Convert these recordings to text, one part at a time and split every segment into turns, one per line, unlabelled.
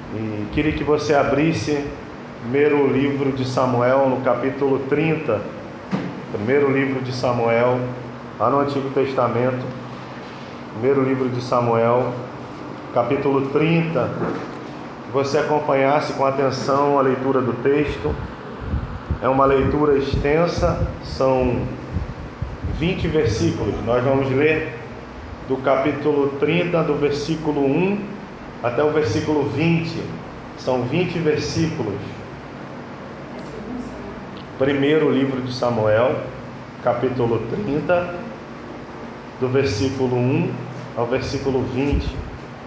E queria que você abrisse primeiro livro de Samuel, no capítulo 30. Primeiro livro de Samuel, lá no Antigo Testamento. Primeiro livro de Samuel, capítulo 30. Que você acompanhasse com atenção a leitura do texto. É uma leitura extensa, são 20 versículos. Nós vamos ler do capítulo 30, do versículo 1 até o versículo 20. São 20 versículos. Primeiro livro de Samuel, capítulo 30, do versículo 1 ao versículo 20.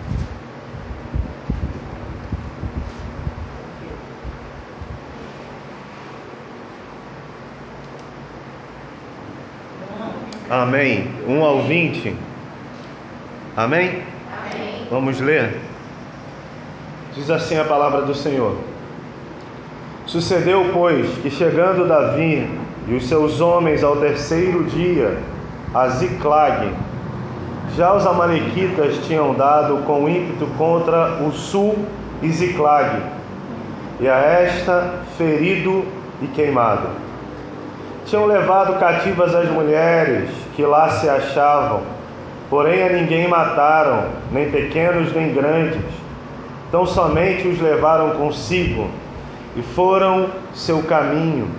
Amém. 1 ao 20. Amém?
Amém.
Vamos ler? Diz assim a palavra do Senhor. Sucedeu, pois, que chegando Davi e os seus homens ao terceiro dia a Ziclag, já os amalequitas tinham dado com ímpeto contra o sul e Ziclag, e a esta ferido e queimado. Tinham levado cativas as mulheres que lá se achavam, porém a ninguém mataram, nem pequenos nem grandes, tão somente os levaram consigo e foram seu caminho.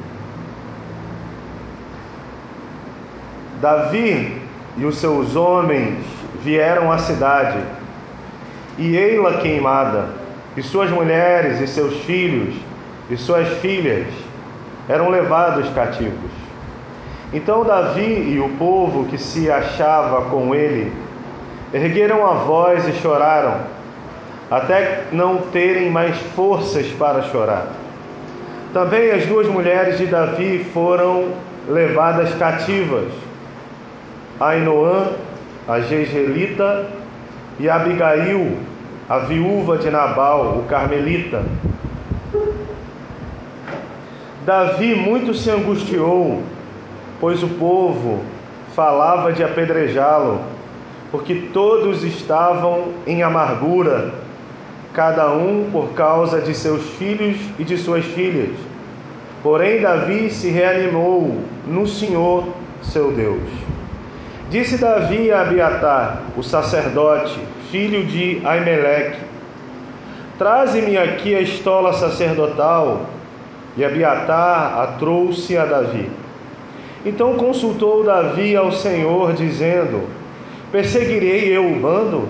Davi e os seus homens vieram à cidade, e ei-la queimada, e suas mulheres e seus filhos e suas filhas eram levados cativos. Então Davi e o povo que se achava com ele ergueram a voz e choraram, até não terem mais forças para chorar. Também as duas mulheres de Davi foram levadas cativas, Ainoã, a jezreelita, e Abigail, a viúva de Nabal, o carmelita. Davi muito se angustiou, pois o povo falava de apedrejá-lo, porque todos estavam em amargura, cada um por causa de seus filhos e de suas filhas. Porém Davi se reanimou no Senhor, seu Deus. Disse Davi a Abiatar, o sacerdote, filho de Aimeleque: traze-me aqui a estola sacerdotal. E Abiatar a trouxe a Davi. Então consultou Davi ao Senhor, dizendo: perseguirei eu o bando?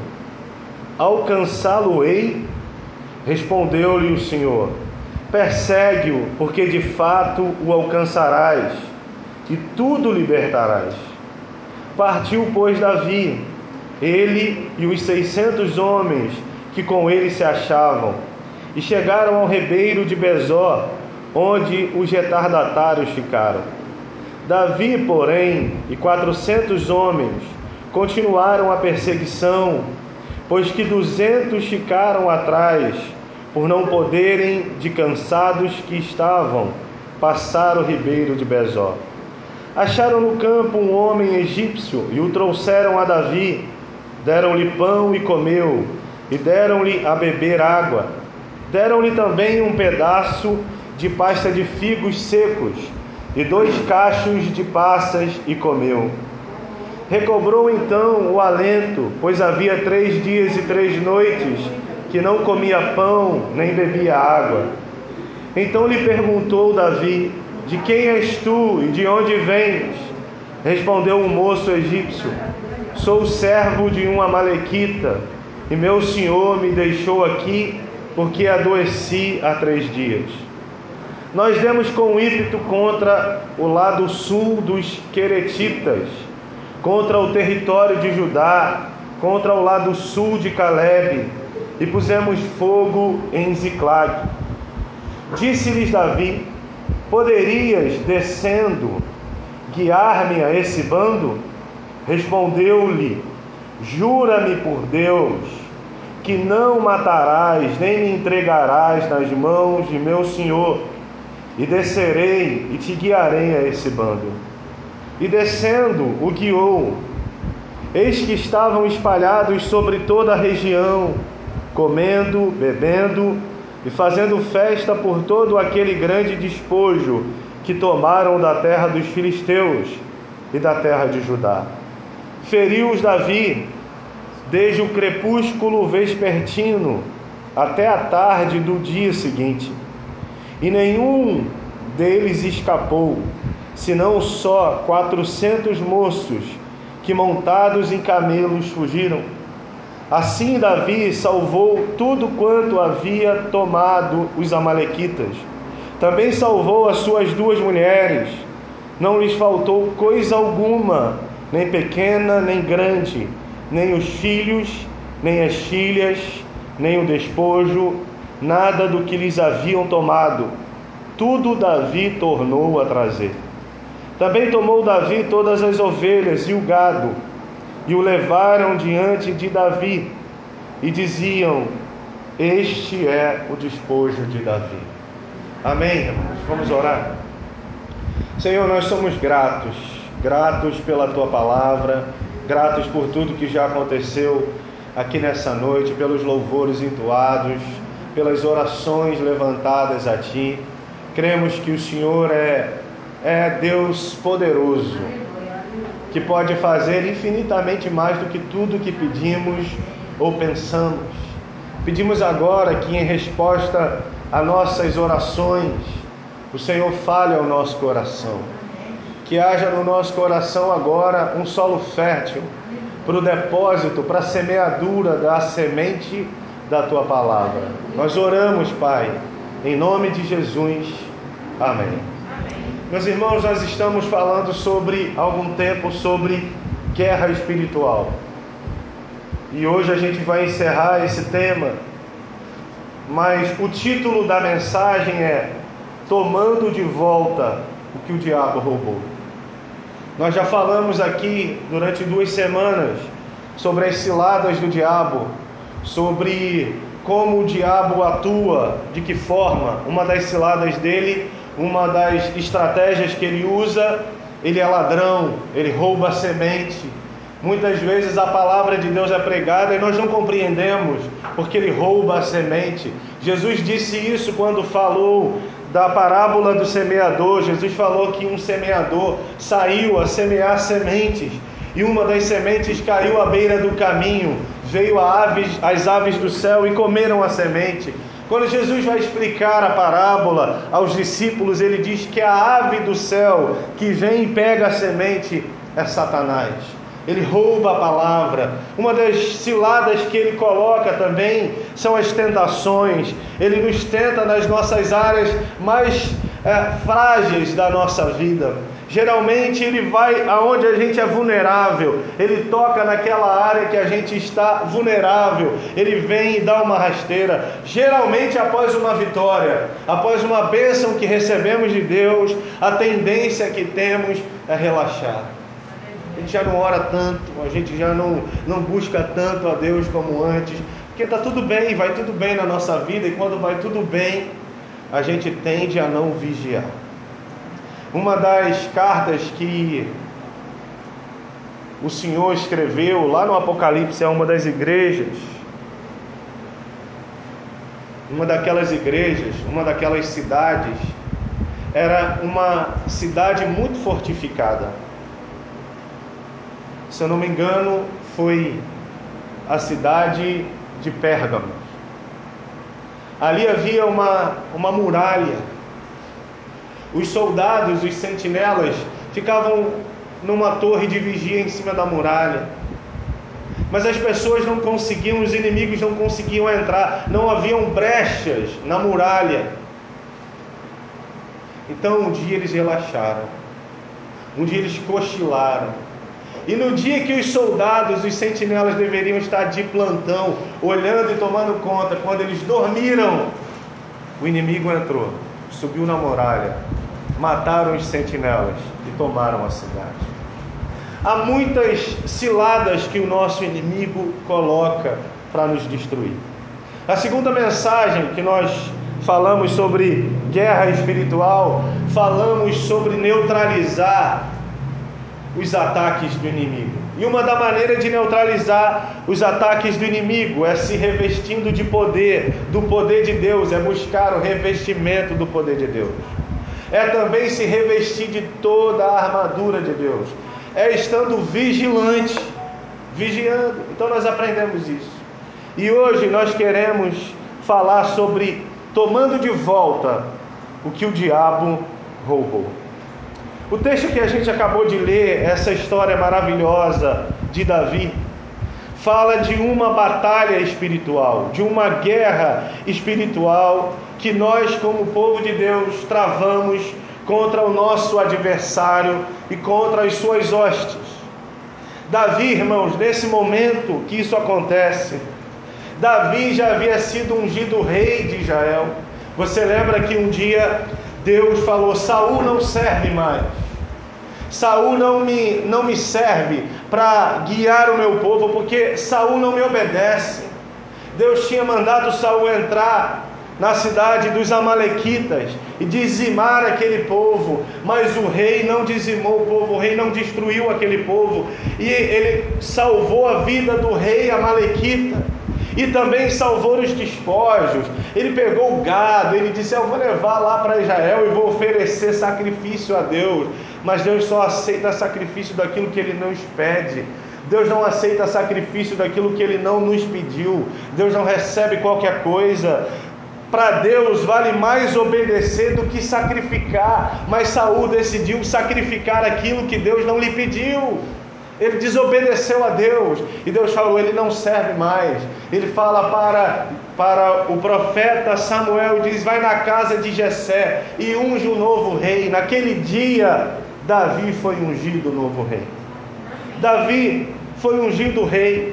Alcançá-lo-ei? Respondeu-lhe o Senhor: persegue-o, porque de fato o alcançarás, e tudo libertarás. Partiu, pois, Davi, ele e os 600 homens que com ele se achavam, e chegaram ao ribeiro de Besor, onde os retardatários ficaram. Davi, porém, e 400 homens continuaram a perseguição, pois que 200 ficaram atrás, por não poderem, de cansados que estavam, passar o ribeiro de Besor. Acharam no campo um homem egípcio e o trouxeram a Davi. Deram-lhe pão e comeu, e deram-lhe a beber água. Deram-lhe também um pedaço de pasta de figos secos e 2 cachos de passas, e comeu. Recobrou então o alento, pois havia 3 dias e 3 noites que não comia pão nem bebia água. Então lhe perguntou Davi: de quem és tu e de onde vens? Respondeu o moço egípcio: sou servo de um amalequita, e meu senhor me deixou aqui porque adoeci há 3 dias. Nós demos com ímpeto contra o lado sul dos queretitas, contra o território de Judá, contra o lado sul de Calebe, e pusemos fogo em Ziclag. Disse-lhes Davi: poderias, descendo, guiar-me a esse bando? Respondeu-lhe: jura-me por Deus, que não matarás, nem me entregarás nas mãos de meu senhor, e descerei e te guiarei a esse bando. E descendo, o guiou. Eis que estavam espalhados sobre toda a região, comendo, bebendo e fazendo festa por todo aquele grande despojo que tomaram da terra dos filisteus e da terra de Judá. Feriu-os Davi desde o crepúsculo vespertino até a tarde do dia seguinte, e nenhum deles escapou, senão só 400 moços que montados em camelos fugiram. Assim Davi salvou tudo quanto havia tomado os amalequitas. Também salvou as suas 2 mulheres. Não lhes faltou coisa alguma, nem pequena, nem grande, nem os filhos, nem as filhas, nem o despojo, nada do que lhes haviam tomado. Tudo Davi tornou a trazer. Também tomou Davi todas as ovelhas e o gado, e o levaram diante de Davi, e diziam: este é o despojo de Davi. Amém, irmãos? Vamos orar. Senhor, nós somos gratos pela Tua palavra, gratos por tudo que já aconteceu aqui nessa noite, pelos louvores entoados, pelas orações levantadas a Ti. Cremos que o Senhor é Deus poderoso, que pode fazer infinitamente mais do que tudo que pedimos ou pensamos. Pedimos agora que, em resposta a nossas orações, o Senhor fale ao nosso coração, que haja no nosso coração agora um solo fértil para o depósito, para a semeadura da semente da Tua palavra. Nós oramos, Pai, em nome de Jesus. Amém. Meus irmãos, nós estamos falando há algum tempo sobre guerra espiritual. E hoje a gente vai encerrar esse tema, mas o título da mensagem é Tomando de Volta o que o Diabo Roubou. Nós já falamos aqui durante 2 semanas sobre as ciladas do diabo, sobre como o diabo atua, de que forma. Uma das ciladas dele, uma das estratégias que ele usa, ele é ladrão, ele rouba a semente. Muitas vezes a palavra de Deus é pregada e nós não compreendemos, porque ele rouba a semente. Jesus disse isso quando falou da parábola do semeador. Jesus falou que um semeador saiu a semear sementes, e uma das sementes caiu à beira do caminho. Veio as aves do céu e comeram a semente. Quando Jesus vai explicar a parábola aos discípulos, ele diz que a ave do céu que vem e pega a semente é Satanás. Ele rouba a palavra. Uma das ciladas que ele coloca também são as tentações. Ele nos tenta nas nossas áreas mais frágeis da nossa vida. Geralmente ele vai aonde a gente é vulnerável. Ele toca naquela área que a gente está vulnerável. Ele vem e dá uma rasteira. Geralmente após uma vitória, após uma bênção que recebemos de Deus, a tendência que temos é relaxar. A gente já não ora tanto, a gente já não busca tanto a Deus como antes, porque está tudo bem, vai tudo bem na nossa vida, e quando vai tudo bem, a gente tende a não vigiar. Uma das cartas que o Senhor escreveu lá no Apocalipse a uma das igrejas, uma daquelas igrejas, uma daquelas cidades, era uma cidade muito fortificada. Se eu não me engano, foi a cidade de Pérgamo. Ali havia uma muralha. Os soldados, os sentinelas, ficavam numa torre de vigia em cima da muralha. Mas as pessoas não conseguiam, os inimigos não conseguiam entrar. Não haviam brechas na muralha. Então um dia eles relaxaram. Um dia eles cochilaram. E no dia que os soldados, os sentinelas deveriam estar de plantão, olhando e tomando conta, quando eles dormiram, o inimigo entrou, subiu na muralha, mataram os sentinelas e tomaram a cidade. Há muitas ciladas que o nosso inimigo coloca para nos destruir. A segunda mensagem que nós falamos sobre guerra espiritual, falamos sobre neutralizar os ataques do inimigo. E uma da maneira de neutralizar os ataques do inimigo é se revestindo de poder, do poder de Deus, é buscar o revestimento do poder de Deus. É também se revestir de toda a armadura de Deus. É estando vigilante, vigiando. Então nós aprendemos isso. E hoje nós queremos falar sobre tomando de volta o que o diabo roubou. O texto que a gente acabou de ler, essa história maravilhosa de Davi, fala de uma batalha espiritual, de uma guerra espiritual que nós, como povo de Deus, travamos contra o nosso adversário e contra as suas hostes. Davi, irmãos, nesse momento que isso acontece, Davi já havia sido ungido rei de Israel. Você lembra que um dia Deus falou: Saul não serve mais. Saul não me serve para guiar o meu povo, porque Saul não me obedece. Deus tinha mandado Saul entrar na cidade dos amalequitas e dizimar aquele povo, mas o rei não dizimou o povo, o rei não destruiu aquele povo, e ele salvou a vida do rei amalequita, e também salvou os despojos. Ele pegou o gado, ele disse: eu vou levar lá para Israel e vou oferecer sacrifício a Deus. Mas Deus só aceita sacrifício daquilo que Ele nos pede. Deus não aceita sacrifício daquilo que Ele não nos pediu. Deus não recebe qualquer coisa. Para Deus vale mais obedecer do que sacrificar. Mas Saul decidiu sacrificar aquilo que Deus não lhe pediu. Ele desobedeceu a Deus, e Deus falou: ele não serve mais. Ele fala para o profeta Samuel, diz: vai na casa de Jessé e unge um novo rei. Naquele dia, Davi foi ungido novo rei. Davi foi ungido rei.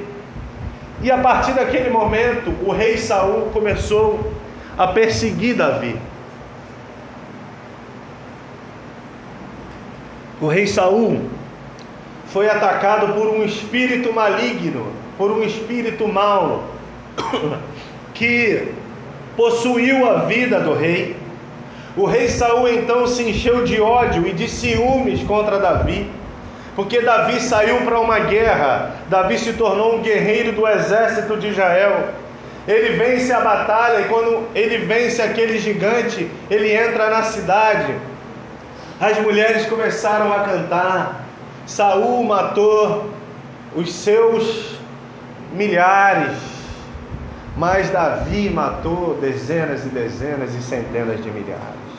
E a partir daquele momento, o rei Saul começou a perseguir Davi. O rei Saul foi atacado por um espírito maligno, por um espírito mau, que possuiu a vida do rei. O rei Saul então se encheu de ódio e de ciúmes contra Davi, porque Davi saiu para uma guerra. Davi se tornou um guerreiro do exército de Israel. Ele vence a batalha, e quando ele vence aquele gigante, ele entra na cidade. As mulheres começaram a cantar: Saul matou os seus milhares, mas Davi matou dezenas e dezenas e centenas de milhares.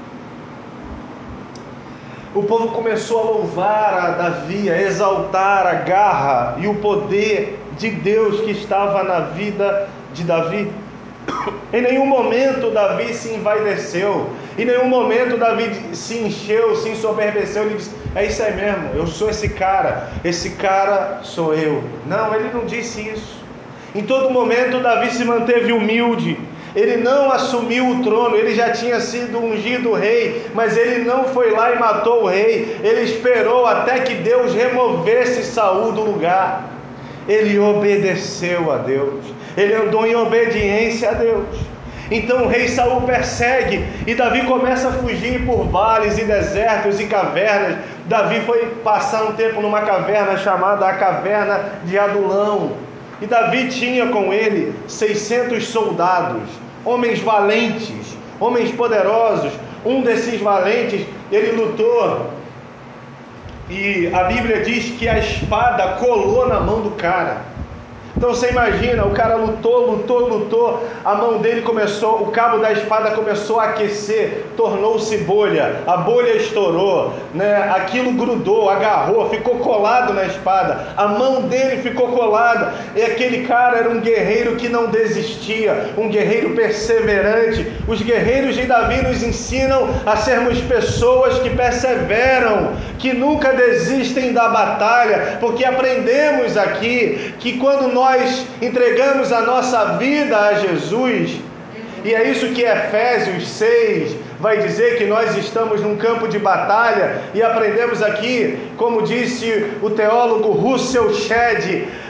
O povo começou a louvar a Davi, a exaltar a garra e o poder de Deus que estava na vida de Davi. Em nenhum momento Davi se envaideceu, em nenhum momento Davi se encheu, se ensoberbeceu. Ele disse: é isso aí mesmo, eu sou esse cara sou eu. Não, ele não disse isso. Em todo momento Davi se manteve humilde. Ele não assumiu o trono, ele já tinha sido ungido rei, mas ele não foi lá e matou o rei. Ele esperou até que Deus removesse Saul do lugar. Ele obedeceu a Deus, ele andou em obediência a Deus. Então o rei Saul persegue, e Davi começa a fugir por vales e desertos e cavernas. Davi foi passar um tempo numa caverna chamada a caverna de Adulão, e Davi tinha com ele 600 soldados, homens valentes, homens poderosos. Um desses valentes, ele lutou, e a Bíblia diz que a espada colou na mão do cara. Então você imagina, o cara lutou, a mão dele começou, o cabo da espada começou a aquecer, tornou-se bolha, a bolha estourou, aquilo grudou, agarrou, ficou colado na espada, a mão dele ficou colada, e aquele cara era um guerreiro que não desistia, um guerreiro perseverante. Os guerreiros de Davi nos ensinam a sermos pessoas que perseveram, que nunca desistem da batalha, porque aprendemos aqui que quando nós entregamos a nossa vida a Jesus, e é isso que Efésios 6 vai dizer, que nós estamos num campo de batalha, e aprendemos aqui, como disse o teólogo Russell Shedd,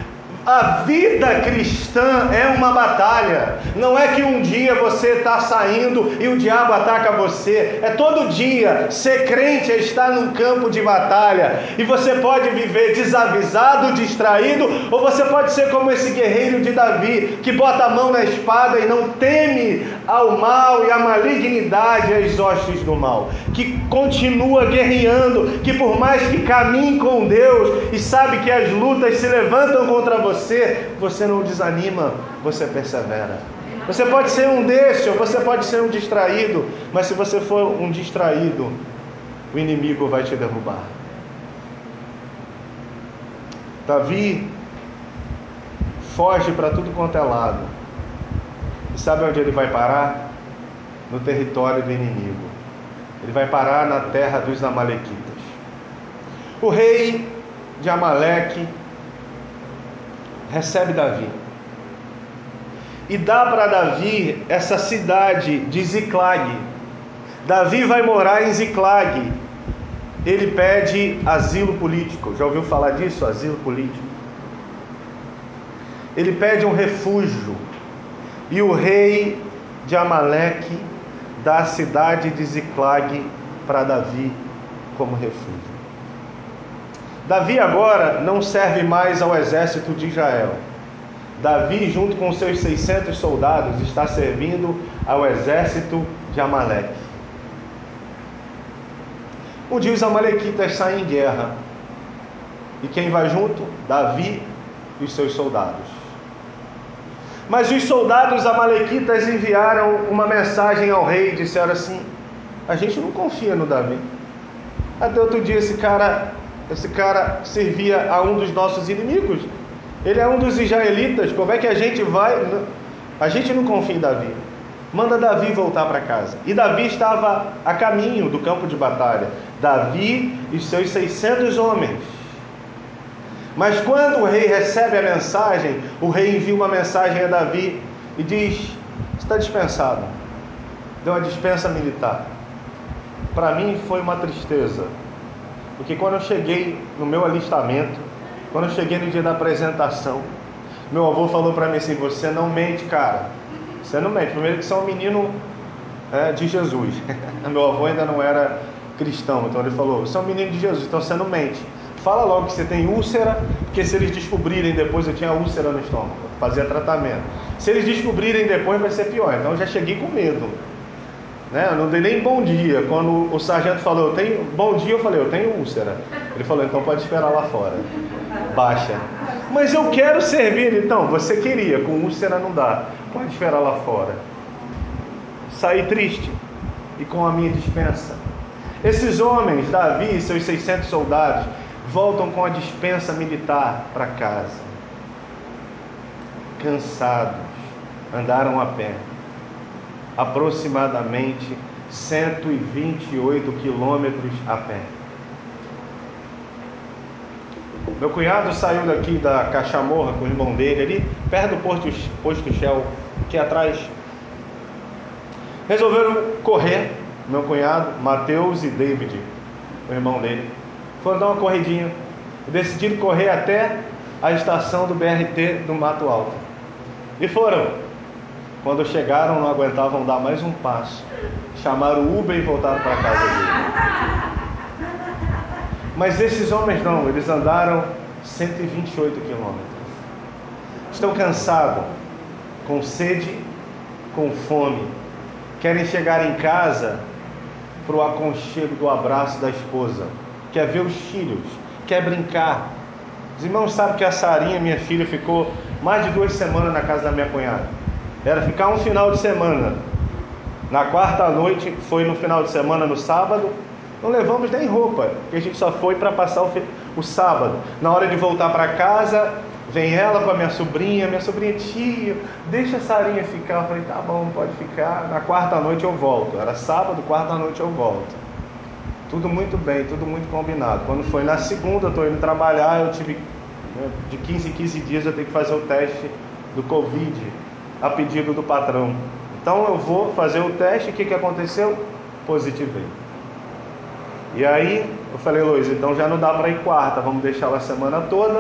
A vida cristã é uma batalha. Não é que um dia você está saindo e o diabo ataca você. É todo dia. Ser crente é estar num campo de batalha. E você pode viver desavisado, distraído, ou você pode ser como esse guerreiro de Davi, que bota a mão na espada e não teme ao mal e à malignidade e às hostes do mal. Que continua guerreando, que por mais que caminhe com Deus e sabe que as lutas se levantam contra você não desanima, você persevera. Você pode ser um desse, ou você pode ser um distraído, mas se você for um distraído, o inimigo vai te derrubar. Davi foge para tudo quanto é lado. E sabe onde ele vai parar? No território do inimigo. Ele vai parar na terra dos amalequitas. O rei de Amaleque recebe Davi e dá para Davi essa cidade de Ziclag. Davi vai morar em Ziclag. Ele pede asilo político. Já ouviu falar disso? Asilo político. Ele pede um refúgio. E o rei de Amaleque dá a cidade de Ziclag para Davi como refúgio. Davi agora não serve mais ao exército de Israel. Davi, junto com seus 600 soldados, está servindo ao exército de Amaleque. Um dia os amalequitas saem em guerra. E quem vai junto? Davi e os seus soldados. Mas os soldados amalequitas enviaram uma mensagem ao rei e disseram assim: a gente não confia no Davi. Até outro dia esse cara servia a um dos nossos inimigos. Ele é um dos israelitas. Como é que a gente vai? A gente não confia em Davi. Manda Davi voltar para casa. E Davi estava a caminho do campo de batalha. Davi e seus 600 homens. Mas quando o rei recebe a mensagem, o rei envia uma mensagem a Davi e diz: está dispensado. Deu uma dispensa militar. Para mim foi uma tristeza. Porque quando eu cheguei no meu alistamento, quando eu cheguei no dia da apresentação, meu avô falou para mim assim: você não mente, cara. Você não mente. Primeiro que você é um menino de Jesus. Meu avô ainda não era cristão, então ele falou: você é um menino de Jesus, então você não mente. Fala logo que você tem úlcera, porque se eles descobrirem depois, eu tinha úlcera no estômago, fazia tratamento. Se eles descobrirem depois vai ser pior. Então eu já cheguei com medo. Eu não dei nem bom dia. Quando o sargento falou, eu tenho bom dia, eu falei, eu tenho úlcera. Ele falou, então pode esperar lá fora. Baixa. Mas eu quero servir. Então, você queria, com úlcera não dá. Pode esperar lá fora. Saí triste e com a minha dispensa. Esses homens, Davi e seus 600 soldados, voltam com a dispensa militar para casa. Cansados, andaram a pé. Aproximadamente 128 quilômetros a pé. Meu cunhado saiu daqui da Cachamorra com o irmão dele ali, perto do posto Shell, aqui atrás. Resolveram correr, meu cunhado, Mateus e David, o irmão dele. Foram dar uma corridinha. Decidiram correr até a estação do BRT do Mato Alto. E foram. Quando chegaram, não aguentavam dar mais um passo. Chamaram o Uber e voltaram para casa dele. Mas esses homens não, eles andaram 128 quilômetros. Estão cansados, com sede, com fome. Querem chegar em casa para o aconchego do abraço da esposa. Quer ver os filhos, quer brincar. Os irmãos sabem que a Sarinha, minha filha, ficou mais de 2 semanas na casa da minha cunhada. Era ficar um final de semana. Na quarta noite, foi no final de semana, no sábado. Não levamos nem roupa, porque a gente só foi para passar o sábado. Na hora de voltar para casa, vem ela com a minha sobrinha, tia, deixa a Sarinha ficar. Eu falei, tá bom, pode ficar. Na quarta noite eu volto. Era sábado, quarta noite eu volto. Tudo muito bem, tudo muito combinado. Quando foi na segunda, eu estou indo trabalhar, eu tive, de 15 em 15 dias, eu tenho que fazer o teste do Covid, a pedido do patrão. Então eu vou fazer o teste, o que aconteceu? Positivei. E aí eu falei, Luiz, então já não dá para ir quarta, vamos deixar ela a semana toda.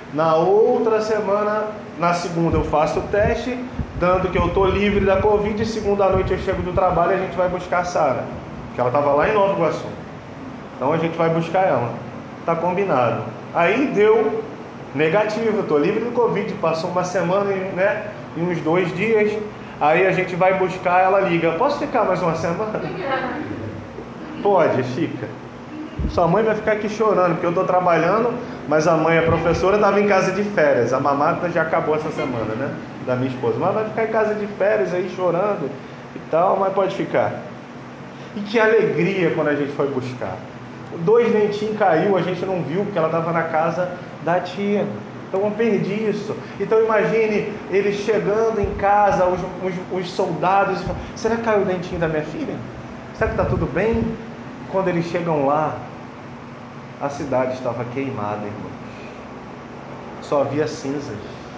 Na outra semana, na segunda eu faço o teste, dando que eu estou livre da Covid, e segunda à noite eu chego do trabalho e a gente vai buscar a Sara, que ela estava lá em Nova Iguaçu. Então a gente vai buscar ela. Está combinado. Aí deu negativo, estou livre do Covid, passou uma semana, né, e uns 2 dias, aí a gente vai buscar, ela liga, posso ficar mais uma semana? Pode, fica. Sua mãe vai ficar aqui chorando, porque eu estou trabalhando, mas a mãe, a professora, estava em casa de férias. A mamata já acabou essa semana, né? Da minha esposa. Mas vai ficar em casa de férias aí chorando e tal, mas pode ficar. E que alegria quando a gente foi buscar. 2 dentinhos caiu, a gente não viu, porque ela estava na casa da tia. Então eu perdi isso. Então imagine eles chegando em casa, os soldados, será que caiu o dentinho da minha filha? Será que está tudo bem? Quando eles chegam lá, a cidade estava queimada, irmãos. Só havia cinzas.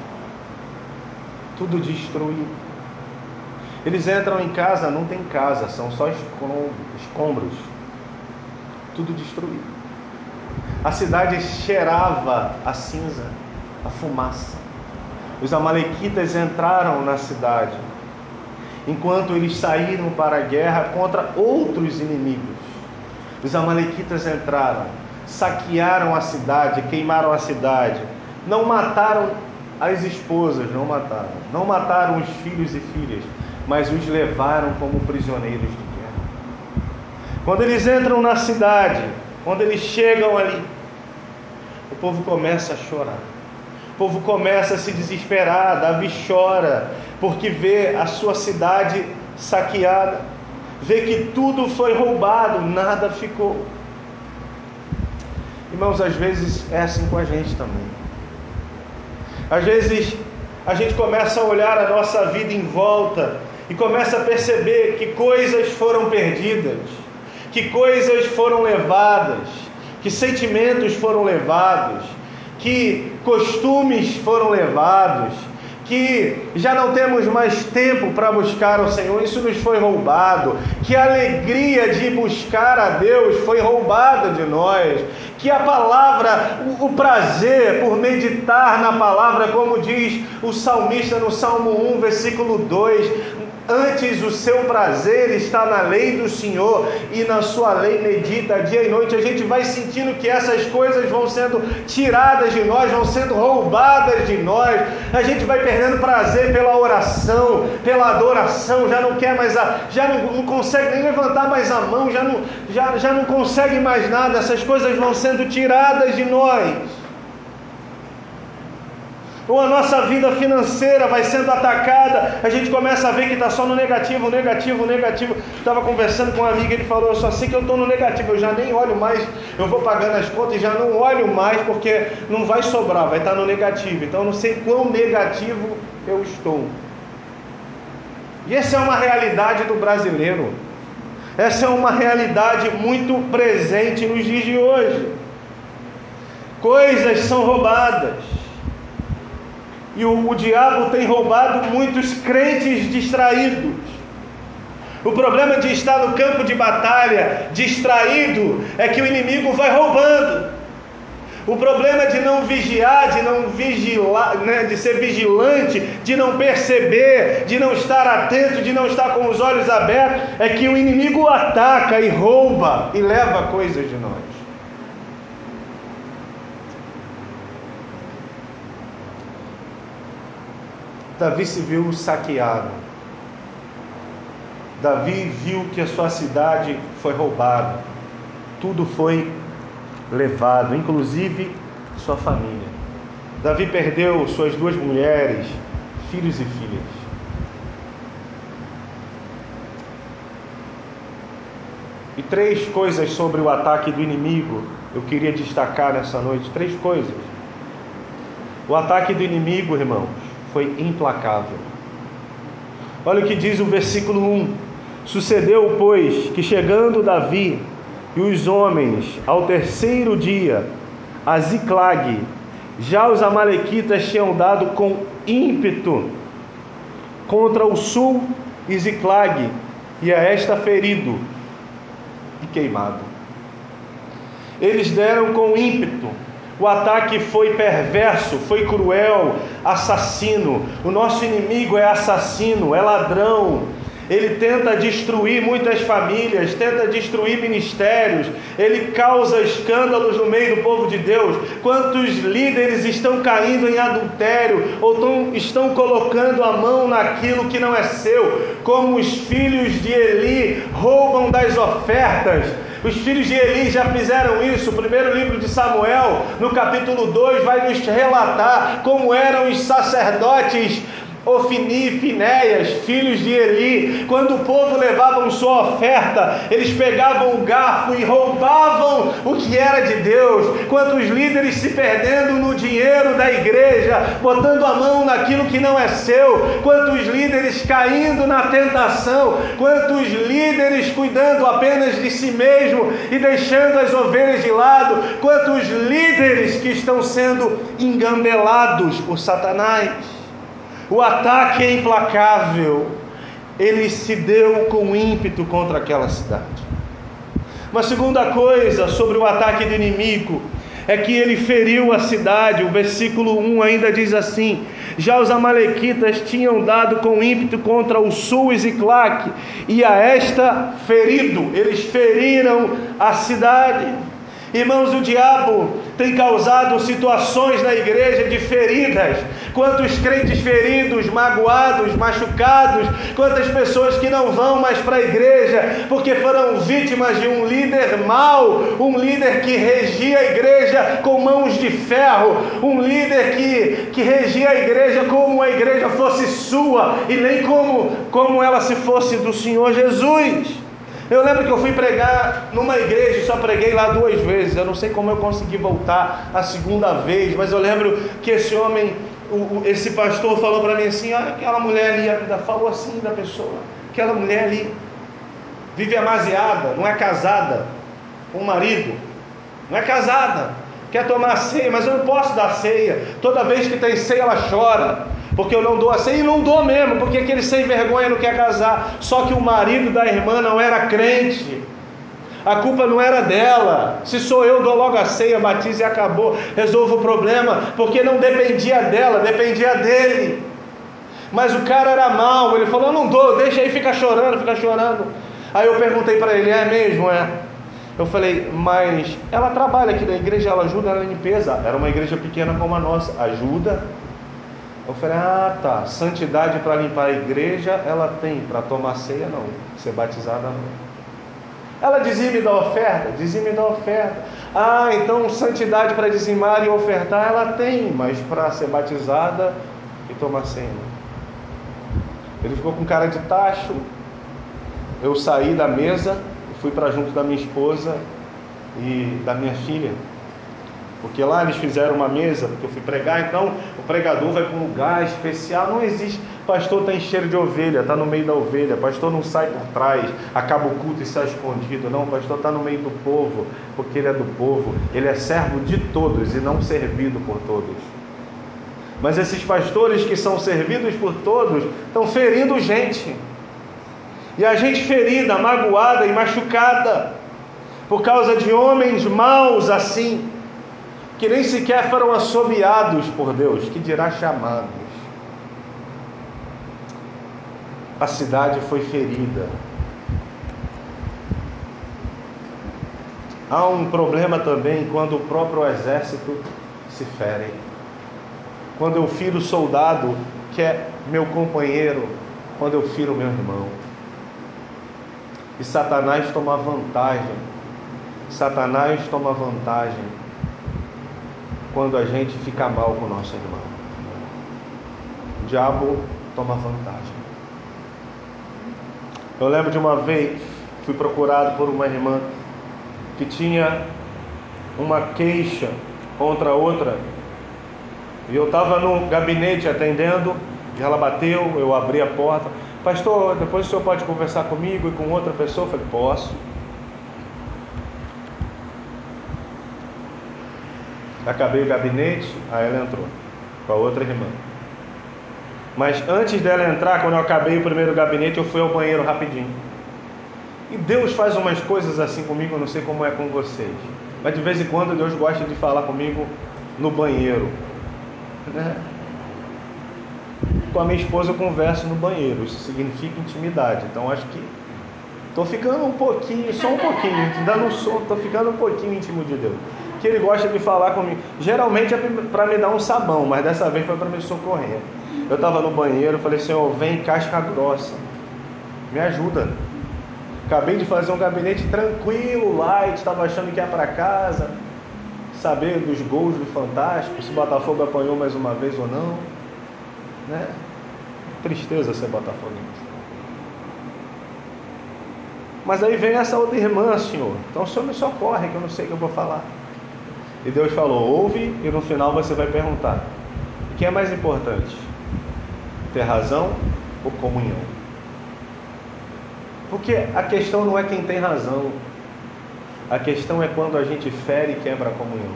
Tudo destruído. Eles entram em casa, não tem casa, são só escombros. Tudo destruído. A cidade cheirava a cinza, a fumaça. Os amalequitas entraram na cidade, enquanto eles saíram para a guerra contra outros inimigos. Os amalequitas entraram, saquearam a cidade, queimaram a cidade. Não mataram as esposas, não mataram os filhos e filhas, mas os levaram como prisioneiros de guerra. Quando eles entram na cidade, quando eles chegam ali, o povo começa a chorar. O povo começa a se desesperar. Davi chora, porque vê a sua cidade saqueada, vê que tudo foi roubado, nada ficou. Irmãos, às vezes é assim com a gente também. Às vezes a gente começa a olhar a nossa vida em volta e começa a perceber que coisas foram perdidas, que coisas foram levadas, que sentimentos foram levados, que costumes foram levados, que já não temos mais tempo para buscar o Senhor, isso nos foi roubado, que a alegria de buscar a Deus foi roubada de nós, que a palavra, o prazer por meditar na palavra, como diz o salmista no Salmo 1, versículo 2, antes o seu prazer está na lei do Senhor, e na sua lei medita dia e noite. A gente vai sentindo que essas coisas vão sendo tiradas de nós, vão sendo roubadas de nós. A gente vai perdendo prazer pela oração, pela adoração, já não quer mais, já não consegue nem levantar mais a mão, já não consegue mais nada. Essas coisas vão sendo tiradas de nós. Ou a nossa vida financeira vai sendo atacada, a gente começa a ver que está só no negativo. Estava conversando com um amigo, ele falou, eu só sei que eu estou no negativo, eu já nem olho mais, eu vou pagando as contas e já não olho mais, porque não vai sobrar, vai estar no negativo. Então eu não sei quão negativo eu estou. E essa é uma realidade do brasileiro, essa é uma realidade muito presente nos dias de hoje. Coisas são roubadas. E o diabo tem roubado muitos crentes distraídos. O problema de estar no campo de batalha distraído é que o inimigo vai roubando. O problema de não vigiar, de não vigilar, né, de ser vigilante, de não perceber, de não estar atento, de não estar com os olhos abertos, é que o inimigo ataca e rouba e leva coisas de nós. Davi se viu saqueado. Davi viu que a sua cidade foi roubada. Tudo foi levado, inclusive sua família. Davi perdeu suas 2 mulheres, filhos e filhas. E 3 coisas sobre o ataque do inimigo eu queria destacar nessa noite. 3 coisas. O ataque do inimigo, irmãos, foi implacável. Olha o que diz o versículo 1. Sucedeu, pois, que chegando Davi e os homens ao 3º dia a Ziclague, já os amalequitas tinham dado com ímpeto contra o sul e Ziclague, e a esta ferido e queimado. Eles deram com ímpeto. O ataque foi perverso, foi cruel, assassino. O nosso inimigo é assassino, é ladrão. Ele tenta destruir muitas famílias, tenta destruir ministérios, ele causa escândalos no meio do povo de Deus. Quantos líderes estão caindo em adultério, ou estão colocando a mão naquilo que não é seu, como os filhos de Eli roubam das ofertas. Os filhos de Eli já fizeram isso. O primeiro livro de Samuel, no capítulo 2, vai nos relatar como eram os sacerdotes Ofni e Finéias, filhos de Eli. Quando o povo levava sua oferta, eles pegavam o garfo e roubavam o que era de Deus. Quantos líderes se perdendo no dinheiro da igreja, botando a mão naquilo que não é seu. Quantos líderes caindo na tentação. Quantos líderes cuidando apenas de si mesmo e deixando as ovelhas de lado. Quantos líderes que estão sendo engambelados por Satanás. O ataque é implacável. Ele se deu com ímpeto contra aquela cidade. Uma segunda coisa sobre o ataque do inimigo é que ele feriu a cidade. O versículo 1 ainda diz assim: já os amalequitas tinham dado com ímpeto contra o sul e Ziclague, e a esta ferido. Eles feriram a cidade. Irmãos, o diabo tem causado situações na igreja de feridas. Quantos crentes feridos, magoados, machucados. Quantas pessoas que não vão mais para a igreja porque foram vítimas de um líder mau, um líder que regia a igreja com mãos de ferro, um líder que regia a igreja como a igreja fosse sua e nem como ela se fosse do Senhor Jesus. Eu lembro que eu fui pregar numa igreja e só preguei lá 2 vezes. Eu não sei como eu consegui voltar a segunda vez, mas eu lembro que esse homem, esse pastor falou para mim assim: olha, aquela mulher ali, ainda falou assim da pessoa, aquela mulher ali vive amaziada, não é casada com o marido, não é casada, quer tomar ceia, mas eu não posso dar ceia. Toda vez que tem ceia ela chora, porque eu não dou a ceia. E não dou mesmo, porque aquele sem vergonha não quer casar. Só que o marido da irmã não era crente, a culpa não era dela. Se sou eu, dou logo a ceia, batizo e acabou, resolvo o problema, porque não dependia dela, dependia dele. Mas o cara era mau, ele falou: eu não dou, deixa aí, fica chorando. Aí eu perguntei para ele: é mesmo? É. Eu falei: mas ela trabalha aqui na igreja, ela ajuda na limpeza. Era uma igreja pequena como a nossa. Ajuda? Eu falei: ah, tá. Santidade para limpar a igreja ela tem, para tomar ceia não, ser batizada não. Ela dizime da oferta? Dizime da oferta. Ah, então santidade para dizimar e ofertar ela tem, mas para ser batizada e tomar ceia não. Ele ficou com cara de tacho. Eu saí da mesa e fui para junto da minha esposa e da minha filha, porque lá eles fizeram uma mesa, porque eu fui pregar. Então o pregador vai para um lugar especial. Não existe, pastor tem cheiro de ovelha, está no meio da ovelha. Pastor não sai por trás, acaba o culto e sai escondido. Não, o pastor está no meio do povo, porque ele é do povo, ele é servo de todos e não servido por todos. Mas esses pastores que são servidos por todos estão ferindo gente. E a gente ferida, magoada e machucada por causa de homens maus assim, que nem sequer foram assobiados por Deus, que dirá chamados. A cidade foi ferida. Há um problema também quando o próprio exército se fere. Quando eu firo o soldado que é meu companheiro, quando eu firo meu irmão. E Satanás toma vantagem. Satanás toma vantagem quando a gente fica mal com o nosso irmão. O diabo toma vantagem. Eu lembro de uma vez, fui procurado por uma irmã que tinha uma queixa contra outra. E eu estava no gabinete atendendo, e ela bateu, eu abri a porta. Pastor, depois o senhor pode conversar comigo e com outra pessoa? Eu falei: posso. Acabei o gabinete, aí ela entrou com a outra irmã. Mas antes dela entrar, quando eu acabei o primeiro gabinete, eu fui ao banheiro rapidinho. E Deus faz umas coisas assim comigo, eu não sei como é com vocês. Mas de vez em quando Deus gosta de falar comigo no banheiro, né? Com a minha esposa eu converso no banheiro, isso significa intimidade. Então acho que estou ficando um pouquinho, só um pouquinho, ainda não sou, estou ficando um pouquinho íntimo de Deus. Que Ele gosta de falar comigo. Geralmente é para me dar um sabão, mas dessa vez foi para me socorrer. Eu estava no banheiro, falei: Senhor, vem casca grossa, me ajuda. Acabei de fazer um gabinete tranquilo, light, estava achando que ia para casa, saber dos gols do Fantástico, se o Botafogo apanhou mais uma vez ou não, né? Tristeza ser botafoguense. Mas aí vem essa outra irmã: Senhor, então o Senhor me socorre, que eu não sei o que eu vou falar. E Deus falou: ouve, e no final você vai perguntar: o que é mais importante? Ter razão ou comunhão? Porque a questão não é quem tem razão. A questão é quando a gente fere e quebra a comunhão.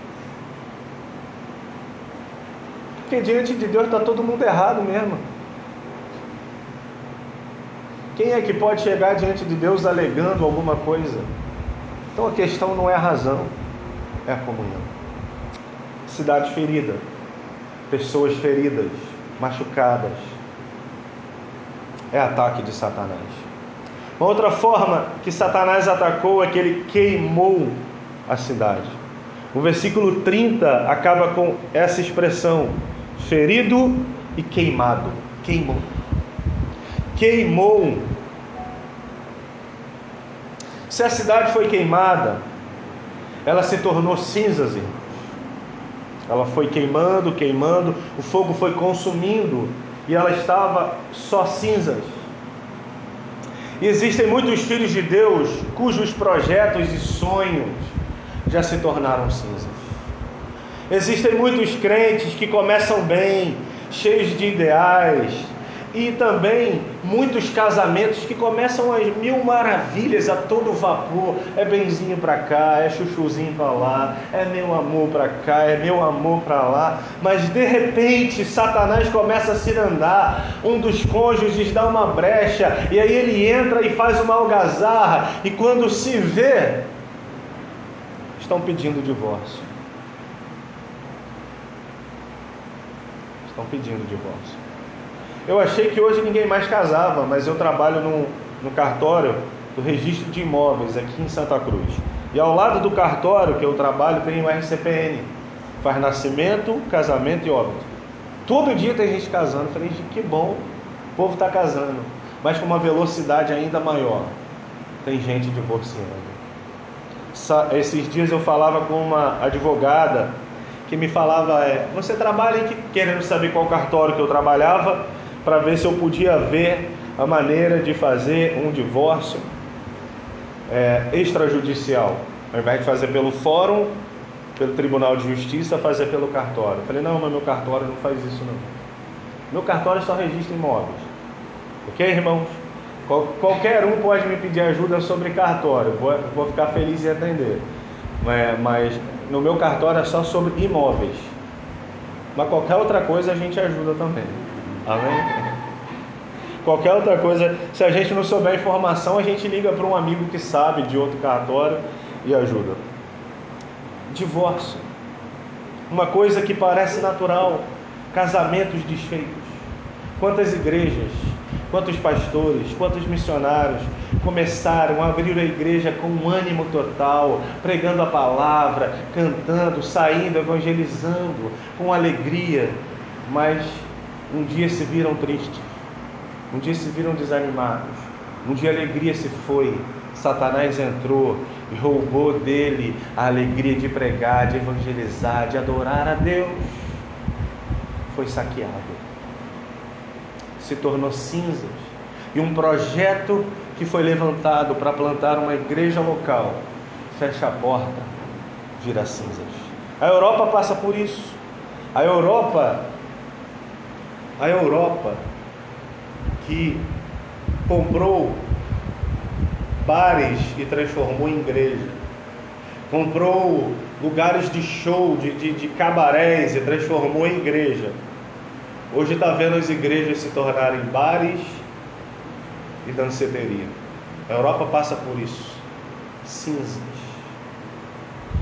Porque diante de Deus está todo mundo errado mesmo. Quem é que pode chegar diante de Deus alegando alguma coisa? Então a questão não é a razão, é a comunhão. Cidade ferida, pessoas feridas, machucadas, é ataque de Satanás. Uma outra forma que Satanás atacou é que ele queimou a cidade. O versículo 30 acaba com essa expressão: ferido e queimado. Queimou. Queimou. Se a cidade foi queimada, ela se tornou cinzas, irmãos. Ela foi queimando, queimando, o fogo foi consumindo e ela estava só cinzas. E existem muitos filhos de Deus cujos projetos e sonhos já se tornaram cinzas. Existem muitos crentes que começam bem, cheios de ideais, e também muitos casamentos que começam às mil maravilhas, a todo vapor. É benzinho para cá, é chuchuzinho para lá, é meu amor para cá, é meu amor para lá. Mas de repente Satanás começa a cirandar, um dos cônjuges dá uma brecha, e aí ele entra e faz uma algazarra, e quando se vê, estão pedindo divórcio. Estão pedindo divórcio. Eu achei que hoje ninguém mais casava, mas eu trabalho no cartório do registro de imóveis aqui em Santa Cruz. E ao lado do cartório que eu trabalho tem o RCPN. Faz nascimento, casamento e óbito. Todo dia tem gente casando. Eu falei: que bom, o povo está casando. Mas com uma velocidade ainda maior. Tem gente divorciando. Esses dias eu falava com uma advogada que me falava: você trabalha aqui, querendo saber qual cartório que eu trabalhava, para ver se eu podia ver a maneira de fazer um divórcio extrajudicial, ao invés de fazer pelo fórum, pelo Tribunal de Justiça, fazer pelo cartório. Eu falei: não, mas meu cartório não faz isso não. Meu cartório só registra imóveis. Ok, irmãos? Qualquer um pode me pedir ajuda sobre cartório, vou ficar feliz em atender. Mas no meu cartório é só sobre imóveis. Mas qualquer outra coisa a gente ajuda também. Amém? Qualquer outra coisa, se a gente não souber a informação, a gente liga para um amigo que sabe de outro cartório e ajuda. Divórcio. Uma coisa que parece natural. Casamentos desfeitos. Quantas igrejas, quantos pastores, quantos missionários começaram a abrir a igreja com um ânimo total, pregando a palavra, cantando, saindo, evangelizando, com alegria, mas um dia se viram tristes, um dia se viram desanimados, um dia a alegria se foi, Satanás entrou e roubou dele a alegria de pregar, de evangelizar, de adorar a Deus. Foi saqueado. Se tornou cinzas, e um projeto que foi levantado para plantar uma igreja local fecha a porta, vira cinzas. A Europa passa por isso. A Europa que comprou bares e transformou em igreja, comprou lugares de show, de cabarés e transformou em igreja. Hoje está vendo as igrejas se tornarem bares e danceteria. A Europa passa por isso. Cinzas.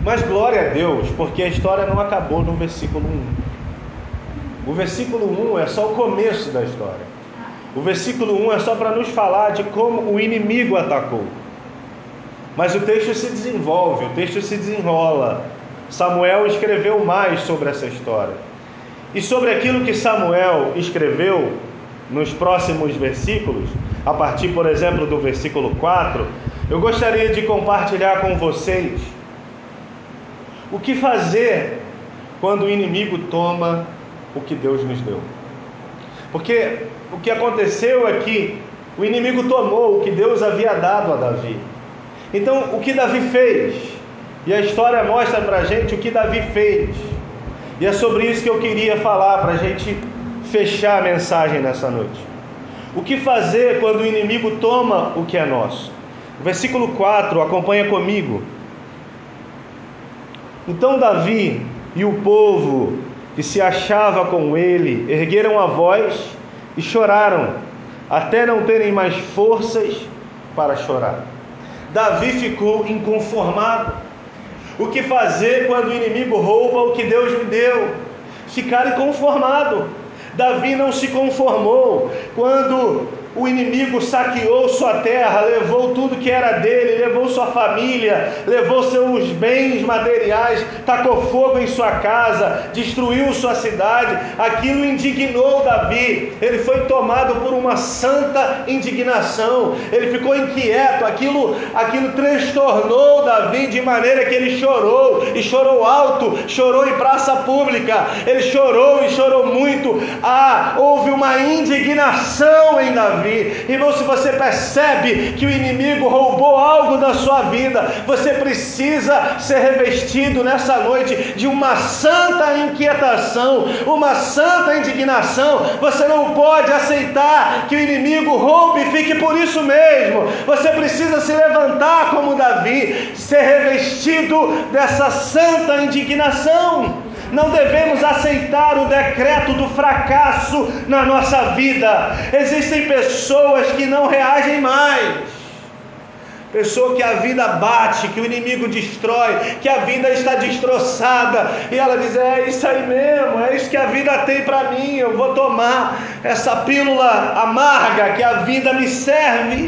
Mas glória a Deus, porque a história não acabou no versículo 1. O versículo 1 é só o começo da história. O versículo 1 é só para nos falar de como o inimigo atacou. Mas o texto se desenvolve, o texto se desenrola. Samuel escreveu mais sobre essa história. E sobre aquilo que Samuel escreveu nos próximos versículos, a partir, por exemplo, do versículo 4, eu gostaria de compartilhar com vocês o que fazer quando o inimigo toma o que Deus nos deu. Porque o que aconteceu é que o inimigo tomou o que Deus havia dado a Davi. Então, o que Davi fez? E a história mostra para a gente o que Davi fez. E é sobre isso que eu queria falar, para a gente fechar a mensagem nessa noite. O que fazer quando o inimigo toma o que é nosso? O versículo 4, acompanha comigo. Então Davi e o povo que se achava com ele ergueram a voz e choraram, até não terem mais forças para chorar. Davi ficou inconformado. O que fazer quando o inimigo rouba o que Deus me deu? Ficar inconformado. Davi não se conformou. Quando o inimigo saqueou sua terra, levou tudo que era dele, levou sua família, levou seus bens materiais, tacou fogo em sua casa, destruiu sua cidade, aquilo indignou Davi. Ele foi tomado por uma santa indignação, ele ficou inquieto, aquilo transtornou Davi de maneira que ele chorou, e chorou alto, chorou em praça pública, ele chorou e chorou muito. Houve uma indignação em Davi. Irmão, se você percebe que o inimigo roubou algo da sua vida, você precisa ser revestido nessa noite de uma santa inquietação, uma santa indignação. Você não pode aceitar que o inimigo roube e fique por isso mesmo. Você precisa se levantar como Davi, ser revestido dessa santa indignação. Não devemos aceitar o decreto do fracasso na nossa vida. Existem pessoas que não reagem mais. Pessoa que a vida bate, que o inimigo destrói, que a vida está destroçada, e ela diz: é isso aí mesmo, é isso que a vida tem para mim, eu vou tomar essa pílula amarga que a vida me serve.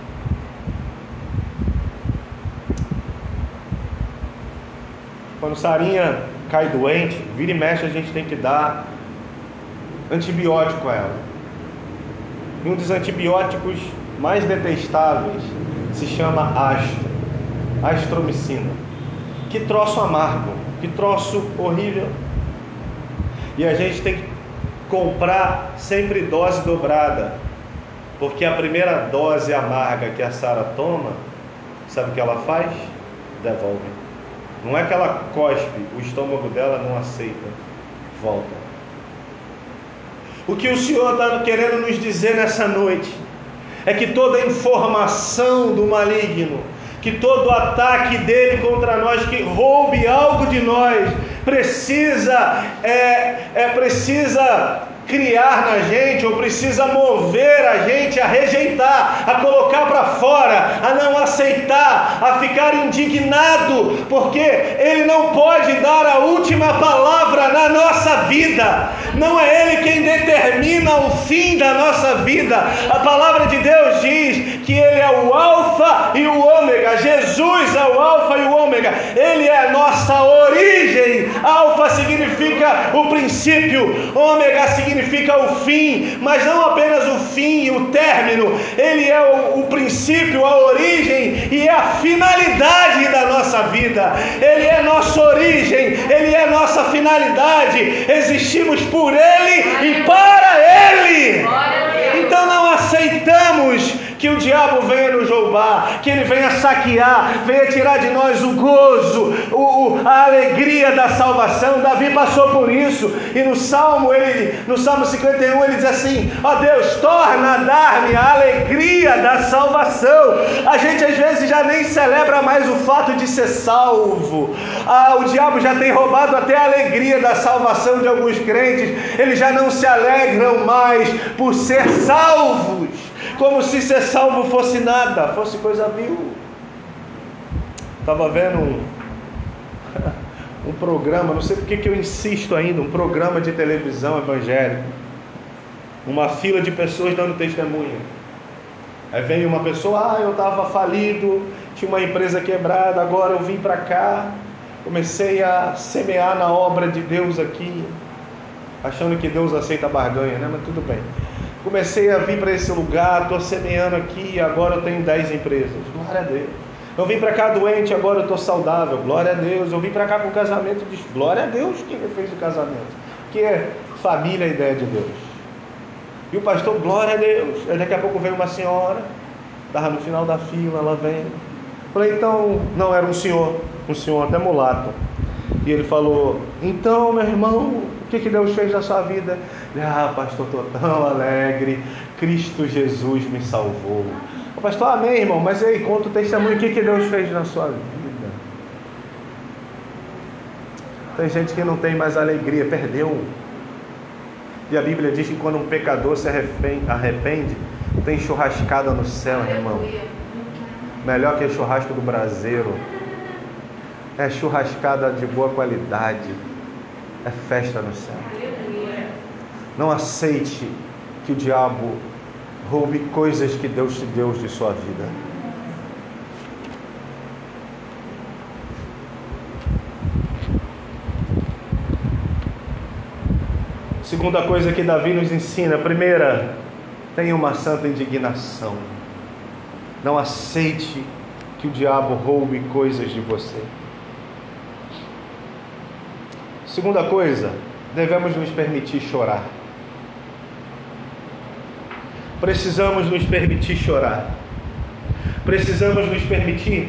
Quando Sarinha cai doente, vira e mexe, a gente tem que dar antibiótico a ela. E um dos antibióticos mais detestáveis se chama astromicina. Que troço amargo, que troço horrível. E a gente tem que comprar sempre dose dobrada, porque a primeira dose amarga que a Sara toma, sabe o que ela faz? Devolve. Não é que ela cospe, o estômago dela não aceita, volta. O que o Senhor está querendo nos dizer nessa noite é que toda informação do maligno, que todo ataque dele contra nós, que roube algo de nós, precisa criar na gente, ou precisa mover a gente a rejeitar, a colocar para fora, a não aceitar, a ficar indignado, porque ele não pode dar a última palavra na nossa vida. Não é ele quem determina o fim da nossa vida. A palavra de Deus diz que ele é o alfa e o ômega. Jesus é o alfa e o ômega. Ele é a nossa origem. Alfa significa o princípio, ômega significa o fim, mas não apenas o fim e o término. Ele é o princípio, a origem e a finalidade da nossa vida. Ele é nossa origem, ele é nossa finalidade. Existimos por ele e para ele. Então não aceitamos que o diabo venha nos roubar, que ele venha saquear, venha tirar de nós o gozo, a alegria da salvação. Davi passou por isso, e no Salmo 51 ele diz assim: ó Deus, torna a dar-me a alegria da salvação. A gente às vezes já nem celebra mais o fato de ser salvo. O diabo já tem roubado até a alegria da salvação de alguns crentes. Eles já não se alegram mais por ser salvos, como se ser salvo fosse nada, fosse coisa vil. Estava vendo um programa, não sei porque que eu insisto ainda, um programa de televisão evangélico, uma fila de pessoas dando testemunho. Aí vem uma pessoa, eu estava falido, tinha uma empresa quebrada, agora eu vim para cá, comecei a semear na obra de Deus aqui, achando que Deus aceita barganha, né? Mas tudo bem. Comecei a vir para esse lugar, estou semeando aqui, agora eu tenho 10 empresas. Glória a Deus. Eu vim para cá doente, agora eu estou saudável. Glória a Deus. Eu vim para cá com casamento. Glória a Deus quem fez o casamento. Que é família, a ideia de Deus. E o pastor, glória a Deus. Aí daqui a pouco veio uma senhora, estava no final da fila, ela vem. Falei, então, não, era um senhor até mulato. E ele falou, então, meu irmão, o que Deus fez na sua vida? Pastor, estou tão alegre, Cristo Jesus me salvou. O pastor, amém, irmão, mas aí, conta o testemunho, o que Deus fez na sua vida? Tem gente que não tem mais alegria, perdeu. E a Bíblia diz que quando um pecador se arrepende, tem churrascada no céu, irmão. Melhor que o churrasco do braseiro. É churrascada de boa qualidade. É festa no céu. Não aceite que o diabo roube coisas que Deus te deu de sua vida. Segunda coisa que Davi nos ensina. Primeira, tenha uma santa indignação. Não aceite que o diabo roube coisas de você. Segunda coisa, devemos nos permitir chorar. Precisamos nos permitir chorar. Precisamos nos permitir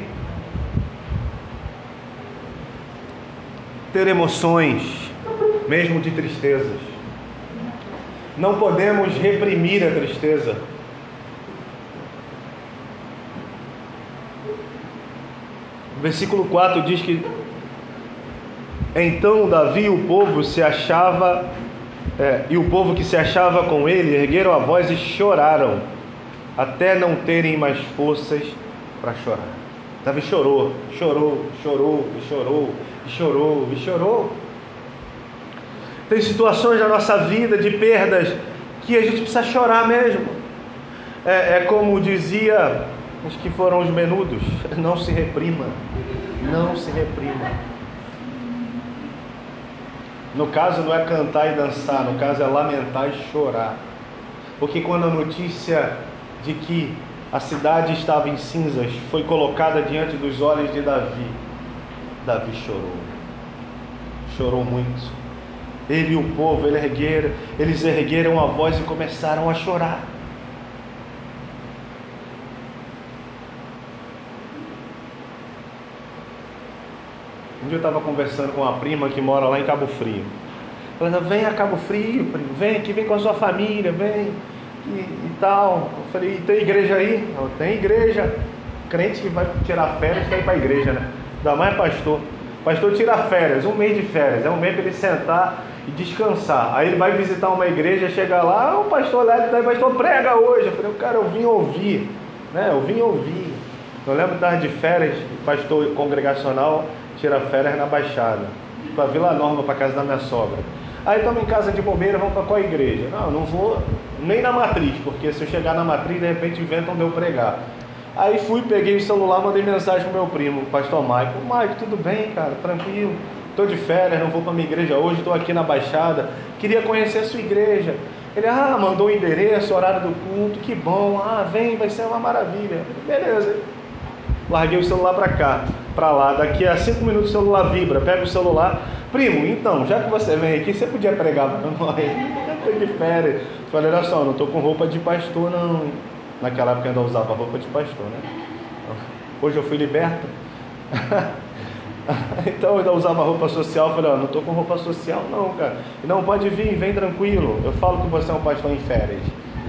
ter emoções, mesmo de tristezas. Não podemos reprimir a tristeza. O versículo 4 diz que então Davi e o povo que se achava com ele ergueram a voz e choraram, até não terem mais forças para chorar. Davi chorou. Tem situações na nossa vida de perdas que a gente precisa chorar mesmo. É como dizia, acho que foram os Menudos, não se reprima. No caso não é cantar e dançar, no caso é lamentar e chorar. Porque quando a notícia de que a cidade estava em cinzas foi colocada diante dos olhos de Davi, Davi chorou muito. Ele e o povo, eles ergueram a voz e começaram a chorar. Um dia eu estava conversando com uma prima que mora lá em Cabo Frio. Ela, vem a Cabo Frio, primo, vem aqui, vem com a sua família, vem e tal. Eu falei, tem igreja aí? Ela, tem igreja. Crente que vai tirar férias vai ir para a igreja, né? Ainda mais pastor. Pastor tira férias, um mês de férias. É um mês para ele sentar e descansar. Aí ele vai visitar uma igreja, chega lá, o pastor lá, o pastor prega hoje. Eu falei, cara, eu vim ouvir, né? Eu lembro de estar de férias, pastor congregacional tira férias na Baixada, para Vila Nova, para casa da minha sogra. Aí estamos em casa de bobeira, vamos para qual igreja? Não vou nem na matriz, porque se eu chegar na matriz, de repente inventam de eu pregar. Aí fui, peguei o celular, mandei mensagem pro meu primo, o pastor Maico. Maico, tudo bem, cara? Tranquilo. Estou de férias, não vou para minha igreja hoje, estou aqui na Baixada. Queria conhecer a sua igreja. Ele, mandou o endereço, horário do culto, que bom. Vem, vai ser uma maravilha. Beleza. Larguei o celular para lá. Daqui a 5 minutos o celular vibra. Pega o celular. Primo, então, já que você vem aqui, você podia pregar para nós? Eu estou de férias. Falei, olha só, não estou com roupa de pastor, não. Naquela época eu ainda usava roupa de pastor, né? Hoje eu fui liberto. Então eu ainda usava roupa social. Falei, não estou com roupa social, não, cara. Não, pode vir, vem tranquilo. Eu falo que você é um pastor em férias.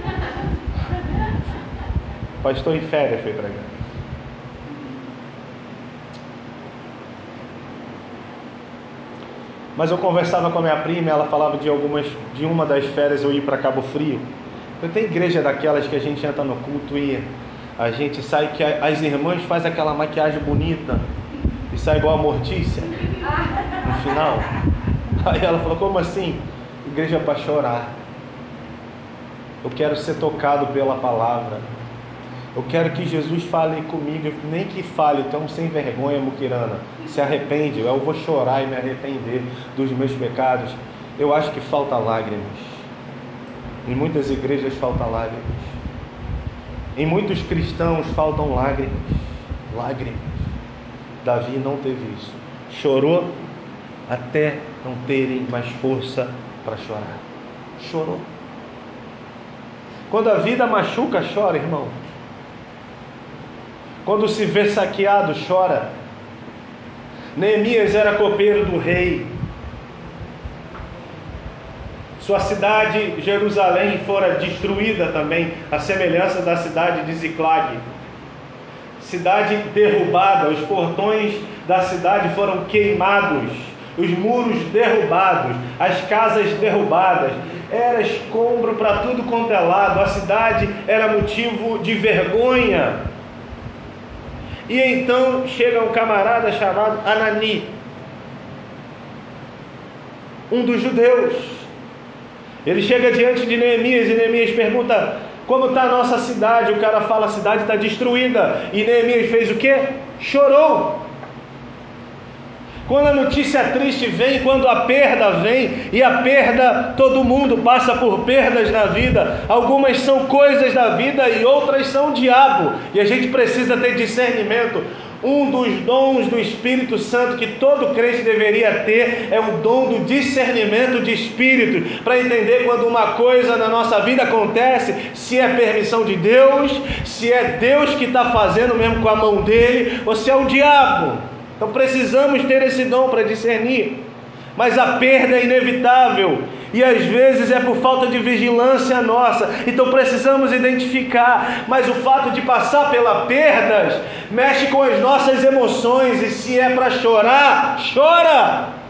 Pastor em férias foi pregar. Mas eu conversava com a minha prima, ela falava de uma das férias eu ir para Cabo Frio. Tem igreja daquelas que a gente entra no culto e a gente sai, que as irmãs fazem aquela maquiagem bonita e sai igual a Mortícia. final? Aí ela falou, como assim? Igreja é para chorar. Eu quero ser tocado pela palavra. Eu quero que Jesus fale comigo, nem que fale, então sem vergonha, muquirana, se arrepende. Eu vou chorar e me arrepender dos meus pecados. Eu acho que falta lágrimas. Em muitas igrejas falta lágrimas. Em muitos cristãos faltam lágrimas. Lágrimas. Davi não teve isso. Chorou até não terem mais força para chorar. Chorou. Quando a vida machuca, chora, irmão. Quando se vê saqueado, chora. Neemias era copeiro do rei. Sua cidade, Jerusalém, fora destruída também, à semelhança da cidade de Ziclag. Cidade derrubada, os portões da cidade foram queimados, os muros derrubados, as casas derrubadas. Era escombro para tudo quanto é lado. A cidade era motivo de vergonha. E então chega um camarada chamado Anani, um dos judeus. Ele chega diante de Neemias e Neemias pergunta, como está a nossa cidade? O cara fala, a cidade está destruída. E Neemias fez o quê? Chorou. Quando a notícia triste vem, quando a perda vem, e a perda, todo mundo passa por perdas na vida, algumas são coisas da vida e outras são o diabo, e a gente precisa ter discernimento. Um dos dons do Espírito Santo que todo crente deveria ter é o dom do discernimento de espírito, para entender quando uma coisa na nossa vida acontece, se é permissão de Deus, se é Deus que está fazendo mesmo com a mão dele, ou se é o diabo. Então precisamos ter esse dom para discernir. Mas a perda é inevitável. E às vezes é por falta de vigilância nossa. Então precisamos identificar. Mas o fato de passar pelas perdas mexe com as nossas emoções. E se é para chorar, chora.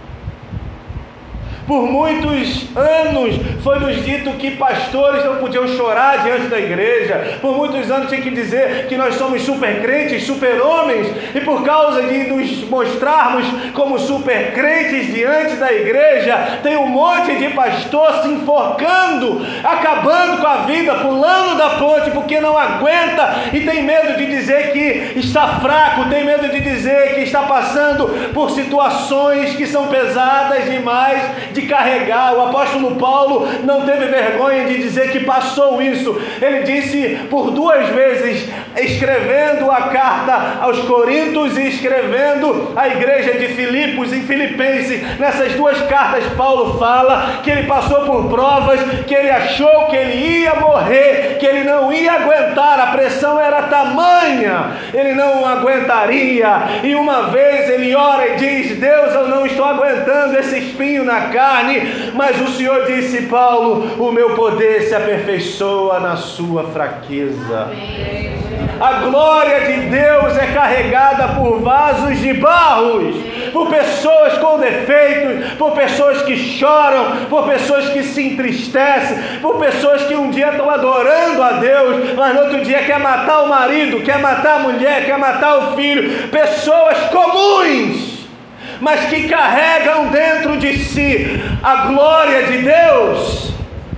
Por muitos anos foi nos dito que pastores não podiam chorar diante da igreja. Por muitos anos tinha que dizer que nós somos super crentes, super homens. E por causa de nos mostrarmos como super crentes diante da igreja, tem um monte de pastor se enforcando, acabando com a vida, pulando da ponte porque não aguenta e tem medo de dizer que está fraco, tem medo de dizer que está passando por situações que são pesadas demais de carregar. O apóstolo Paulo não teve vergonha de dizer que passou isso. Ele disse por 2 vezes, escrevendo a carta aos Coríntios e escrevendo a igreja de Filipos em Filipenses. Nessas 2 cartas Paulo fala que ele passou por provas, que ele achou que ele ia morrer, que ele não ia aguentar, a pressão era tamanha, ele não aguentaria. E uma vez ele ora e diz, Deus, eu não estou aguentando esse espinho na carne, mas o Senhor disse, Paulo, o meu poder se aperfeiçoa na sua fraqueza. Amém. A glória de Deus é carregada por vasos de barros, por pessoas com defeitos, por pessoas que choram, por pessoas que se entristecem, por pessoas que um dia estão adorando a Deus, mas no outro dia quer matar o marido, quer matar a mulher, quer matar o filho. Pessoas comuns, mas que carregam dentro de si a glória de Deus.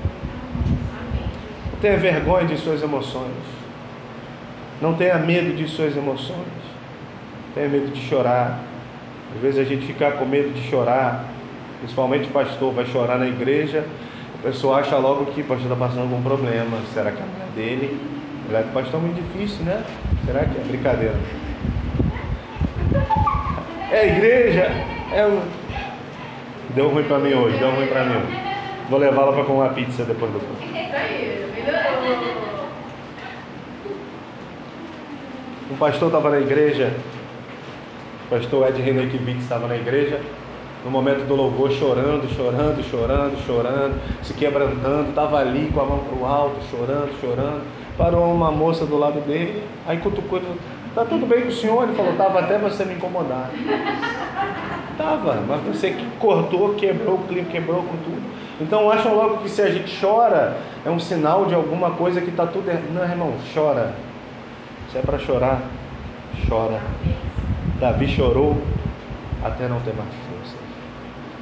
Não tenha vergonha de suas emoções. Não tenha medo de suas emoções. Não tenha medo de chorar. Às vezes a gente fica com medo de chorar, principalmente o pastor vai chorar na igreja, a pessoa acha logo que o pastor está passando algum problema. Será que a mulher dele? A mulher do pastor é muito difícil, né? Será que é brincadeira? É a igreja, Deu ruim para mim hoje, deu ruim para mim hoje. Vou levá-la para comer uma pizza depois do culto. Um pastor estava na igreja, o pastor Ed Renekiewicz estava na igreja, no momento do louvor, chorando, se quebrantando, estava ali com a mão para o alto, chorando. Parou uma moça do lado dele, aí cutucou ele, está tudo bem com o senhor? Ele falou, estava até você me incomodar. Estava, mas você que cortou, quebrou o clima, quebrou com tudo. Então acham logo que se a gente chora, é um sinal de alguma coisa que está tudo errado. Não, irmão, chora. Se é para chorar, chora. Davi chorou até não ter mais força.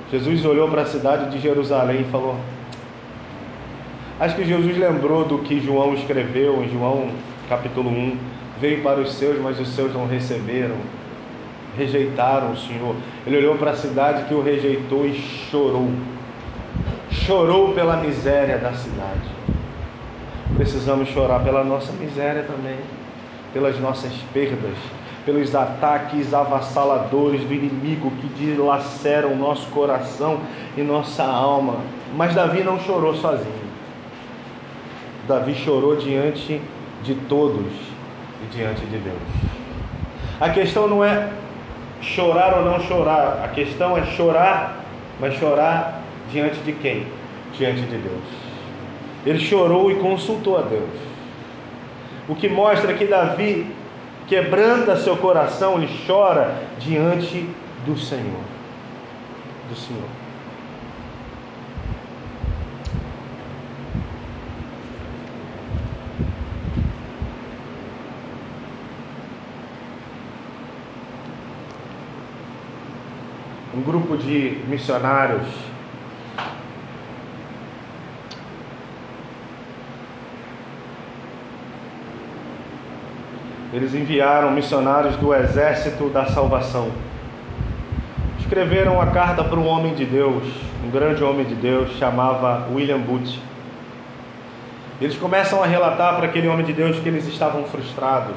Jesus olhou para a cidade de Jerusalém e falou... Acho que Jesus lembrou do que João escreveu em João capítulo 1. Veio para os seus, mas os seus não receberam. Rejeitaram o Senhor. Ele olhou para a cidade que o rejeitou e chorou. Chorou pela miséria da cidade. Precisamos chorar pela nossa miséria também, pelas nossas perdas, pelos ataques avassaladores do inimigo que dilaceram o nosso coração e nossa alma. Mas Davi não chorou sozinho. Davi chorou diante de todos e diante de Deus. A questão não é chorar ou não chorar, a questão é chorar, mas chorar diante de quem? Diante de Deus. Ele chorou e consultou a Deus. O que mostra que Davi quebranta seu coração, ele chora diante do Senhor. Do Senhor. Um grupo de missionários eles enviaram missionários do Exército da Salvação. Escreveram a carta para um homem de Deus, um grande homem de Deus, chamava William Booth. Eles começam a relatar para aquele homem de Deus que eles estavam frustrados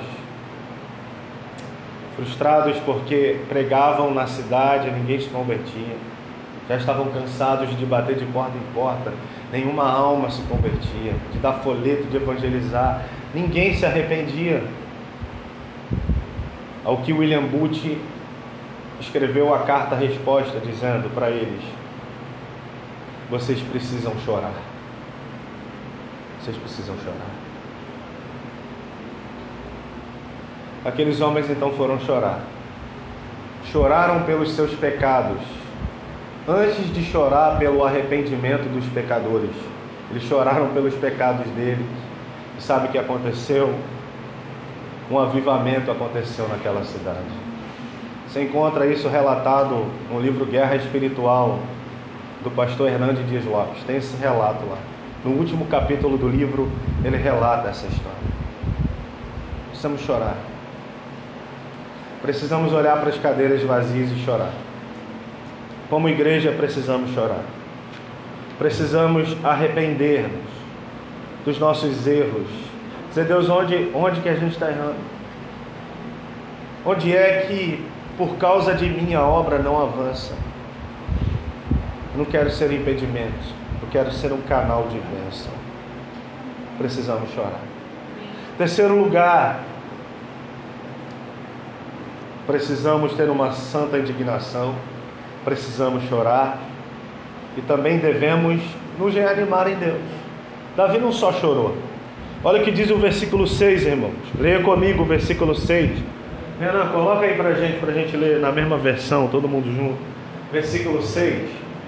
porque pregavam na cidade e ninguém se convertia. Já estavam cansados de bater de porta em porta, nenhuma alma se convertia, de dar folheto, de evangelizar, ninguém se arrependia. Ao que William Booth escreveu a carta-resposta dizendo para eles: vocês precisam chorar. Vocês precisam chorar. Aqueles homens então foram chorar. Choraram pelos seus pecados. Antes de chorar pelo arrependimento dos pecadores, eles choraram pelos pecados deles. E sabe o que aconteceu? Um avivamento aconteceu naquela cidade. Você encontra isso relatado no livro Guerra Espiritual, do pastor Hernandes Dias Lopes. Tem esse relato lá. No último capítulo do livro, ele relata essa história. Precisamos chorar. Precisamos olhar para as cadeiras vazias e chorar. Como igreja, precisamos chorar. Precisamos arrepender-nos dos nossos erros. Dizer, Deus, onde que a gente está errando? Onde é que, por causa de mim, a obra não avança? Eu não quero ser impedimento. Eu quero ser um canal de bênção. Precisamos chorar. Terceiro lugar, precisamos ter uma santa indignação, precisamos chorar e também devemos nos reanimar em Deus. Davi não só chorou. Olha o que diz o versículo 6, irmãos. Leia comigo o versículo 6. Renan, coloca aí pra gente ler na mesma versão, todo mundo junto. Versículo 6.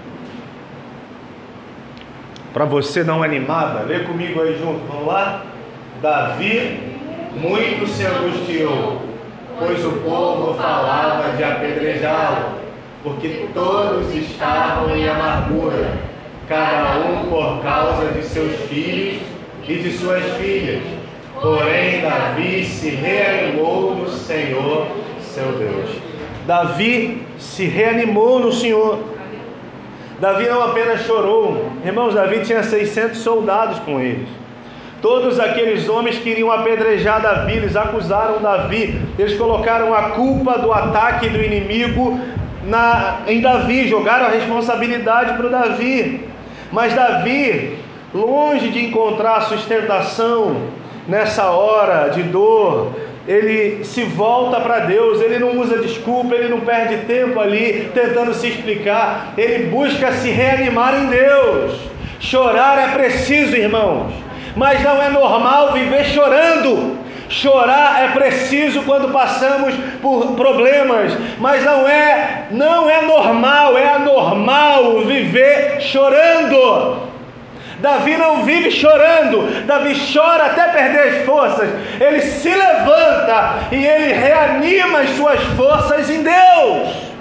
Para você dar uma animada, lê comigo aí junto, vamos lá? Davi muito se angustiou, pois o povo falava de apedrejá-lo, porque todos estavam em amargura, cada um por causa de seus filhos e de suas filhas. Porém, Davi se reanimou no Senhor, seu Deus. Davi se reanimou no Senhor. Davi não apenas chorou, irmãos, Davi tinha 600 soldados com eles. Todos aqueles homens queriam apedrejar Davi, eles acusaram Davi, eles colocaram a culpa do ataque do inimigo em Davi, jogaram a responsabilidade para o Davi. Mas Davi, longe de encontrar sustentação nessa hora de dor, ele se volta para Deus, ele não usa desculpa, ele não perde tempo ali tentando se explicar, ele busca se reanimar em Deus. Chorar é preciso, irmãos, mas não é normal viver chorando. Chorar é preciso quando passamos por problemas, mas não é normal, é anormal viver chorando. Davi não vive chorando, Davi chora até perder as forças, ele se levanta e ele reanima as suas forças em Deus.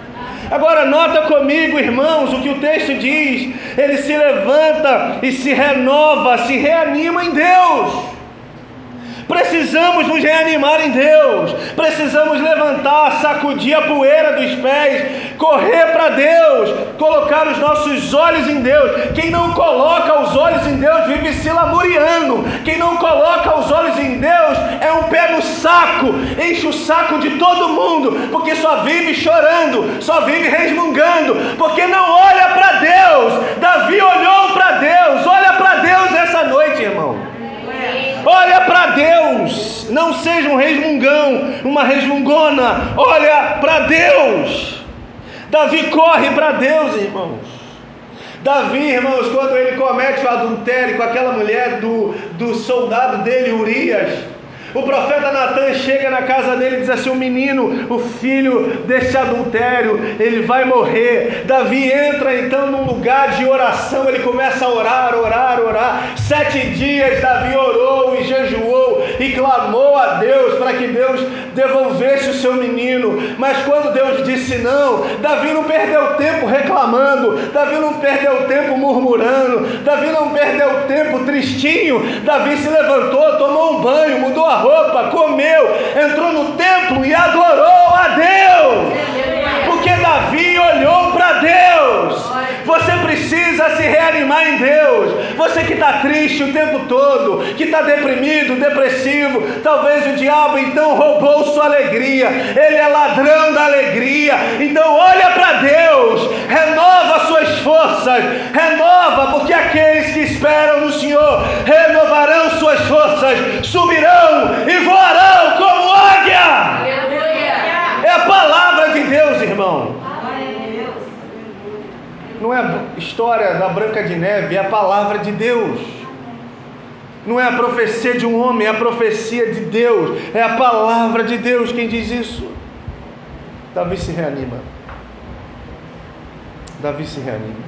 Agora nota comigo, irmãos, o que o texto diz. Ele se levanta e se renova, se reanima em Deus. Precisamos nos reanimar em Deus. Precisamos levantar, sacudir a poeira dos pés, correr para Deus, colocar os nossos olhos em Deus. Quem não coloca os olhos em Deus vive se lamuriando. Quem não coloca os olhos em Deus é um pé no saco, enche o saco de todo mundo, porque só vive chorando, só vive resmungando, porque não olha para Deus. Davi olhou para Deus. Olha para Deus nessa noite, irmão. Olha para Deus, não seja um resmungão, uma resmungona, olha para Deus. Davi corre para Deus, irmãos. Davi, irmãos, quando ele comete o adultério com aquela mulher do soldado dele, Urias, o profeta Natan chega na casa dele e diz assim: o menino, o filho desse adultério, ele vai morrer. Davi entra então num lugar de oração, ele começa a orar. 7 dias Davi orou e jejuou e clamou a Deus para que Deus devolvesse o seu menino. Mas quando Deus disse não, Davi não perdeu tempo reclamando, Davi não perdeu tempo murmurando, Davi não perdeu tempo tristinho. Davi se levantou, tomou um banho, mudou a roupa, comeu, entrou no templo e adorou a Deus, porque Davi olhou para Deus. Você precisa se reanimar em Deus. Você que está triste o tempo todo, que está deprimido, depressivo, talvez o diabo então roubou sua alegria, ele é ladrão da alegria. Então olha para Deus, renova suas forças, renova, porque aqueles que esperam no Senhor renovarão suas forças, subirão e voarão como águia. É a palavra de Deus, irmão. Não é história da Branca de Neve, é a palavra de Deus. Não é a profecia de um homem, é a profecia de Deus. É a palavra de Deus quem diz isso. Davi se reanima. Davi se reanima.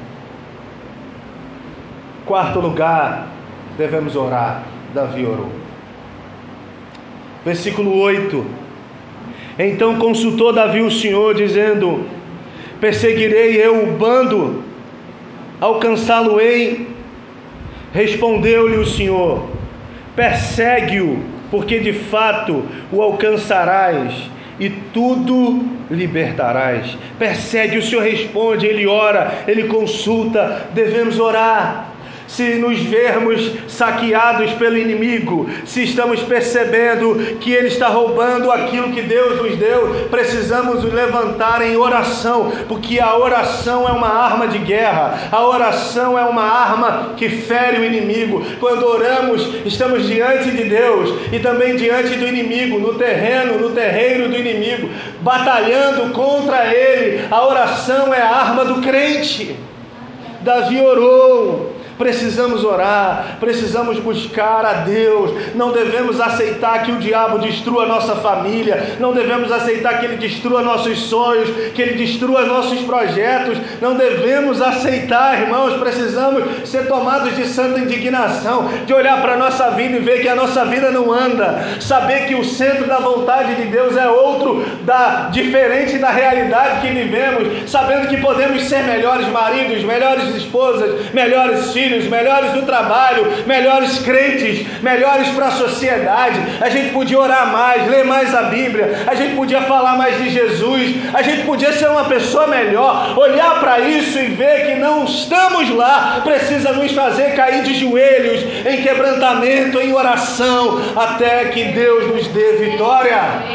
Quarto lugar, devemos orar. Davi orou. Versículo 8. Então consultou Davi o Senhor, dizendo: perseguirei eu o bando, alcançá-lo-ei? Respondeu-lhe o Senhor: persegue-o, porque de fato o alcançarás e tudo libertarás. Persegue, o Senhor responde, ele ora, ele consulta. Devemos orar. Se nos vermos saqueados pelo inimigo, se estamos percebendo que ele está roubando aquilo que Deus nos deu, precisamos nos levantar em oração, porque a oração é uma arma de guerra, a oração é uma arma que fere o inimigo. Quando oramos, estamos diante de Deus e também diante do inimigo, no terreiro do inimigo, batalhando contra ele. A oração é a arma do crente. Davi orou. Precisamos orar, precisamos buscar a Deus. Não devemos aceitar que o diabo destrua a nossa família, não devemos aceitar que ele destrua nossos sonhos, que ele destrua nossos projetos. Não devemos aceitar, irmãos. Precisamos ser tomados de santa indignação, de olhar para a nossa vida e ver que a nossa vida não anda, saber que o centro da vontade de Deus é outro, diferente da realidade que vivemos, sabendo que podemos ser melhores maridos, melhores esposas, melhores filhos, melhores no trabalho, melhores crentes, melhores para a sociedade. A gente podia orar mais, ler mais a Bíblia, a gente podia falar mais de Jesus, a gente podia ser uma pessoa melhor. Olhar para isso e ver que não estamos lá precisa nos fazer cair de joelhos em quebrantamento, em oração, até que Deus nos dê vitória.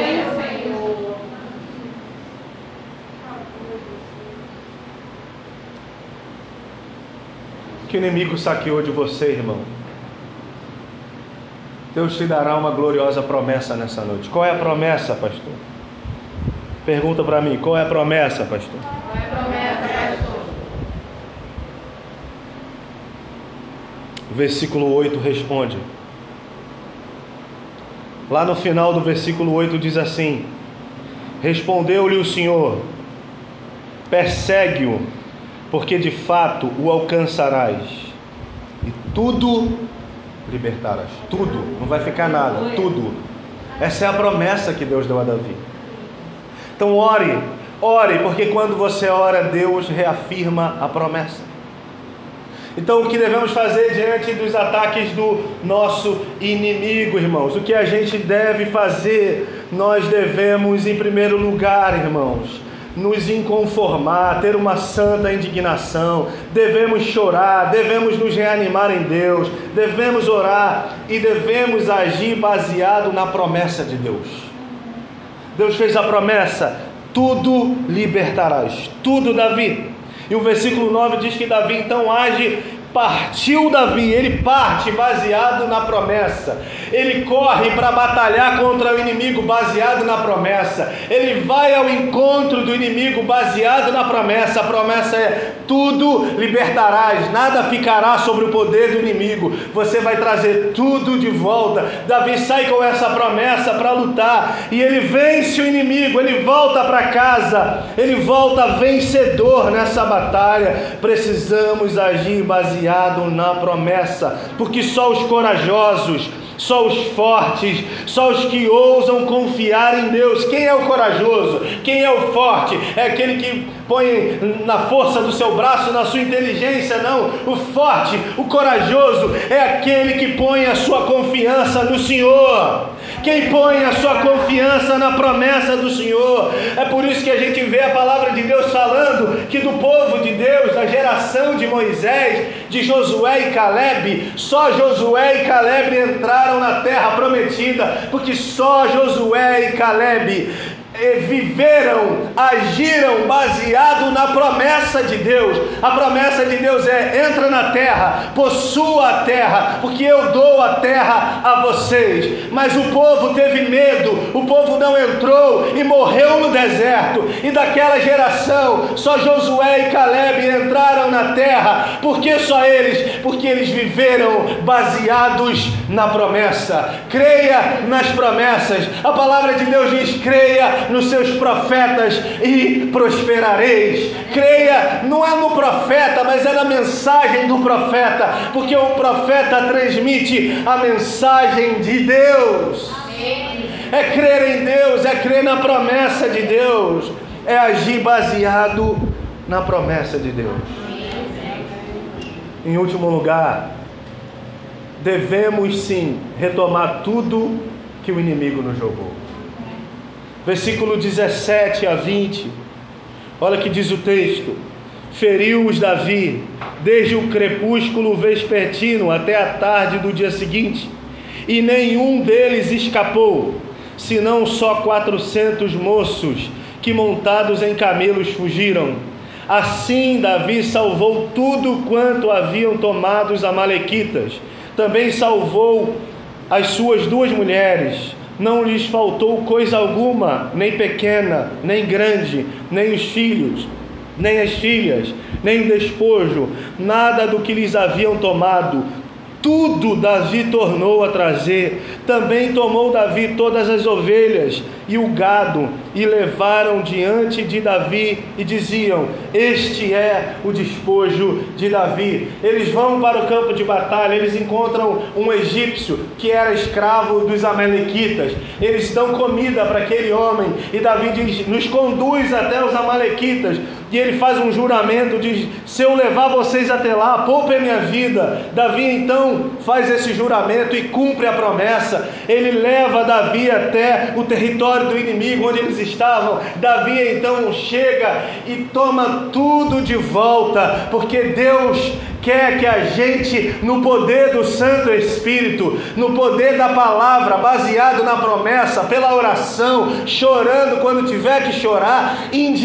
Que o inimigo saqueou de você, irmão. Deus te dará uma gloriosa promessa nessa noite. Qual é a promessa, pastor? Pergunta para mim, qual é a promessa, pastor?
Qual é a promessa, pastor?
O versículo 8 responde. Lá no final do versículo 8 diz assim: respondeu-lhe o Senhor: persegue-o, porque de fato o alcançarás e tudo libertarás. Tudo, não vai ficar nada, tudo. Essa é a promessa que Deus deu a Davi. Então ore Ore, porque quando você ora, Deus reafirma a promessa. Então, o que devemos fazer diante dos ataques do nosso inimigo, irmãos? O que a gente deve fazer? Nós devemos, em primeiro lugar, irmãos, nos inconformar, ter uma santa indignação, devemos chorar, devemos nos reanimar em Deus, devemos orar e devemos agir baseado na promessa de Deus. Deus fez a promessa: tudo libertarás, tudo, Davi. E o versículo 9 diz que Davi então age, partiu Davi, ele parte baseado na promessa, ele corre para batalhar contra o inimigo baseado na promessa, ele vai ao encontro do inimigo baseado na promessa. A promessa é: tudo libertarás, nada ficará sobre o poder do inimigo, você vai trazer tudo de volta. Davi sai com essa promessa para lutar, e ele vence o inimigo, ele volta para casa, ele volta vencedor nessa batalha. Precisamos agir baseado na promessa, porque só os corajosos, só os fortes, só os que ousam confiar em Deus. Quem é o corajoso? Quem é o forte? É aquele que põe na força do seu braço, na sua inteligência? Não. O forte, o corajoso é aquele que põe a sua confiança no Senhor. Quem põe a sua confiança na promessa do Senhor. É por isso que a gente vê a palavra de Deus falando que do povo de Deus, da geração de Moisés, de Josué e Calebe, só Josué e Calebe entraram na terra prometida, porque só Josué e Calebe viveram, agiram baseado na promessa de Deus. A promessa de Deus é: entra na terra, possua a terra, porque eu dou a terra a vocês. Mas o povo teve medo, o povo não entrou e morreu no deserto. E daquela geração, só Josué e Calebe entraram na terra. Por que só eles? Porque eles viveram baseados na promessa. Creia nas promessas. A palavra de Deus diz: creia nos seus profetas e prosperareis. Creia, não é no profeta, mas é na mensagem do profeta, porque o profeta transmite a mensagem de Deus. É crer em Deus, é crer na promessa de Deus, é agir baseado na promessa de Deus. Em último lugar, devemos sim retomar tudo que o inimigo nos jogou. Versículo 17 a 20, olha que diz o texto: feriu-os Davi desde o crepúsculo vespertino até a tarde do dia seguinte, e nenhum deles escapou, senão só 400 moços que montados em camelos fugiram. Assim Davi salvou tudo quanto haviam tomado os amalequitas. Também salvou as suas 2 mulheres. Não lhes faltou coisa alguma, nem pequena, nem grande, nem os filhos, nem as filhas, nem o despojo, nada do que lhes haviam tomado. Tudo Davi tornou a trazer. Também tomou Davi todas as ovelhas e o gado, e levaram diante de Davi, e diziam: este é o despojo de Davi. Eles vão para o campo de batalha, eles encontram um egípcio que era escravo dos amalequitas. Eles dão comida para aquele homem, e Davi diz: nos conduz até os amalequitas. E ele faz um juramento, diz: se eu levar vocês até lá, poupe a minha vida. Davi então faz esse juramento e cumpre a promessa. Ele leva Davi até o território do inimigo, onde eles estavam. Davi então chega e toma tudo de volta, porque Deus quer que a gente, no poder do Santo Espírito, no poder da palavra, baseado na promessa, pela oração, chorando quando tiver que chorar,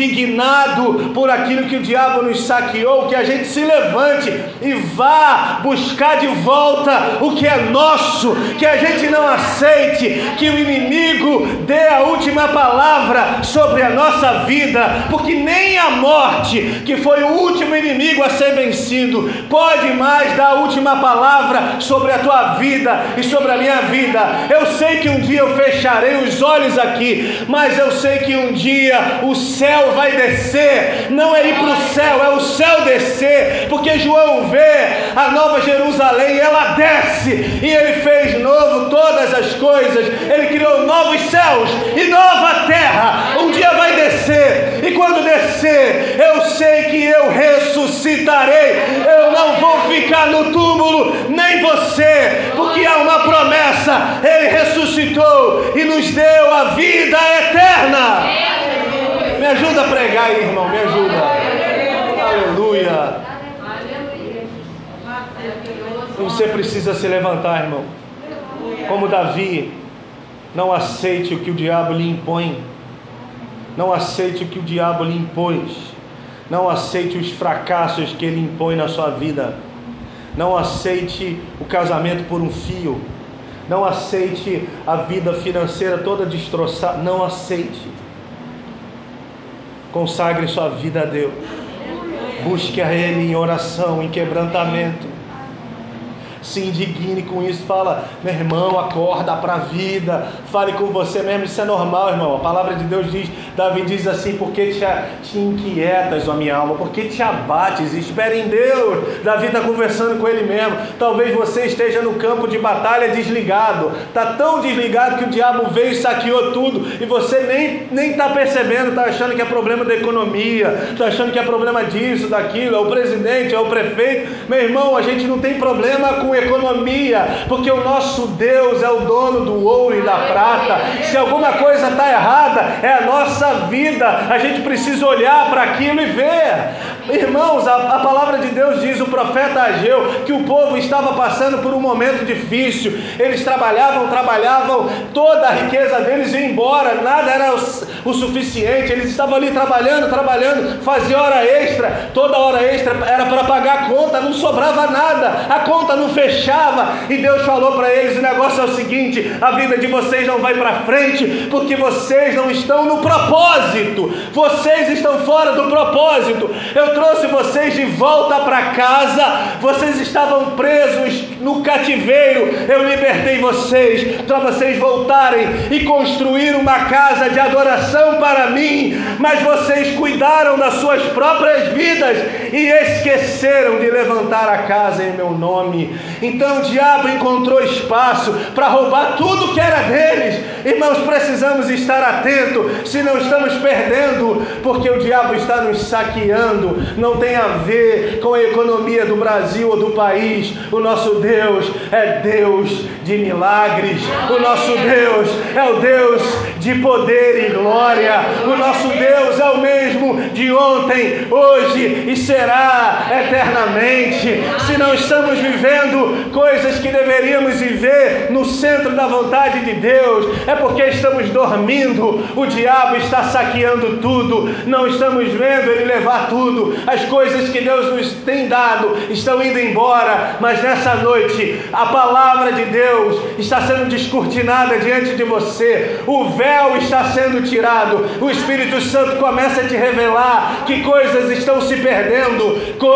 indignado por aquilo que o diabo nos saqueou, que a gente se levante e vá buscar de volta o que é nosso, que a gente não aceite que o inimigo dê a última palavra sobre a nossa vida, porque nem a morte, que foi o último inimigo a ser vencido, pode mais dar a última palavra sobre a tua vida e sobre a minha vida. Eu sei que um dia eu fecharei os olhos aqui, mas eu sei que um dia o céu vai descer. Não é ir para o céu, é o céu descer, porque João vê a nova Jerusalém, ela desce, e ele fez novo todas as coisas. Ele criou novos céus e nova terra. Um dia vai descer descer, e quando descer, eu sei que eu ressuscitarei. Eu não vou ficar no túmulo, nem você, porque há uma promessa. Ele ressuscitou e nos deu a vida eterna. Me ajuda a pregar aí, irmão, me ajuda. Aleluia. E você precisa se levantar, irmão. Como Davi, não aceite o que o diabo lhe impõe. Não aceite o que o diabo lhe impôs. Não aceite os fracassos que ele impõe na sua vida. Não aceite o casamento por um fio. Não aceite a vida financeira toda destroçada. Não aceite. Consagre sua vida a Deus. Busque a Ele em oração, em quebrantamento. Se indigne com isso, fala, meu irmão, acorda para a vida, fale com você mesmo, isso é normal, irmão. A palavra de Deus diz, Davi diz assim, porque te inquietas, ó minha alma, porque te abates, espere em Deus. Davi está conversando com ele mesmo. Talvez você esteja no campo de batalha desligado, está tão desligado que o diabo veio e saqueou tudo, e você nem está percebendo, está achando que é problema da economia, está achando que é problema disso, daquilo, é o presidente, é o prefeito. Meu irmão, a gente não tem problema com economia, porque o nosso Deus é o dono do ouro e da prata. Se alguma coisa está errada, é a nossa vida. A gente precisa olhar para aquilo e ver. Irmãos, a palavra de Deus diz, o profeta Ageu, que o povo estava passando por um momento difícil. Eles trabalhavam, toda a riqueza deles ia embora, nada era o suficiente. Eles estavam ali trabalhando, fazia hora extra, toda hora extra era para pagar a conta, não sobrava nada, a conta não fechava, e Deus falou para eles, o negócio é o seguinte, a vida de vocês não vai para frente, porque vocês não estão no propósito, vocês estão fora do propósito. Eu trouxe vocês de volta para casa, vocês estavam presos no cativeiro, eu libertei vocês, para vocês voltarem e construir uma casa de adoração para mim, mas vocês cuidaram das suas próprias vidas, e esqueceram de levantar a casa em meu nome. Então o diabo encontrou espaço para roubar tudo que era deles. Irmãos, precisamos estar atentos, se não estamos perdendo, porque o diabo está nos saqueando. Não tem a ver com a economia do Brasil ou do país. O nosso Deus é Deus de milagres. O nosso Deus é o Deus de poder e glória. O nosso Deus é o mesmo de ontem, hoje e será eternamente. Se não estamos vivendo coisas que deveríamos viver no centro da vontade de Deus, é porque estamos dormindo. O diabo está saqueando tudo, não estamos vendo ele levar tudo. As coisas que Deus nos tem dado estão indo embora, mas nessa noite a palavra de Deus está sendo descortinada diante de você, o véu está sendo tirado, o Espírito Santo começa a te revelar que coisas estão se perdendo,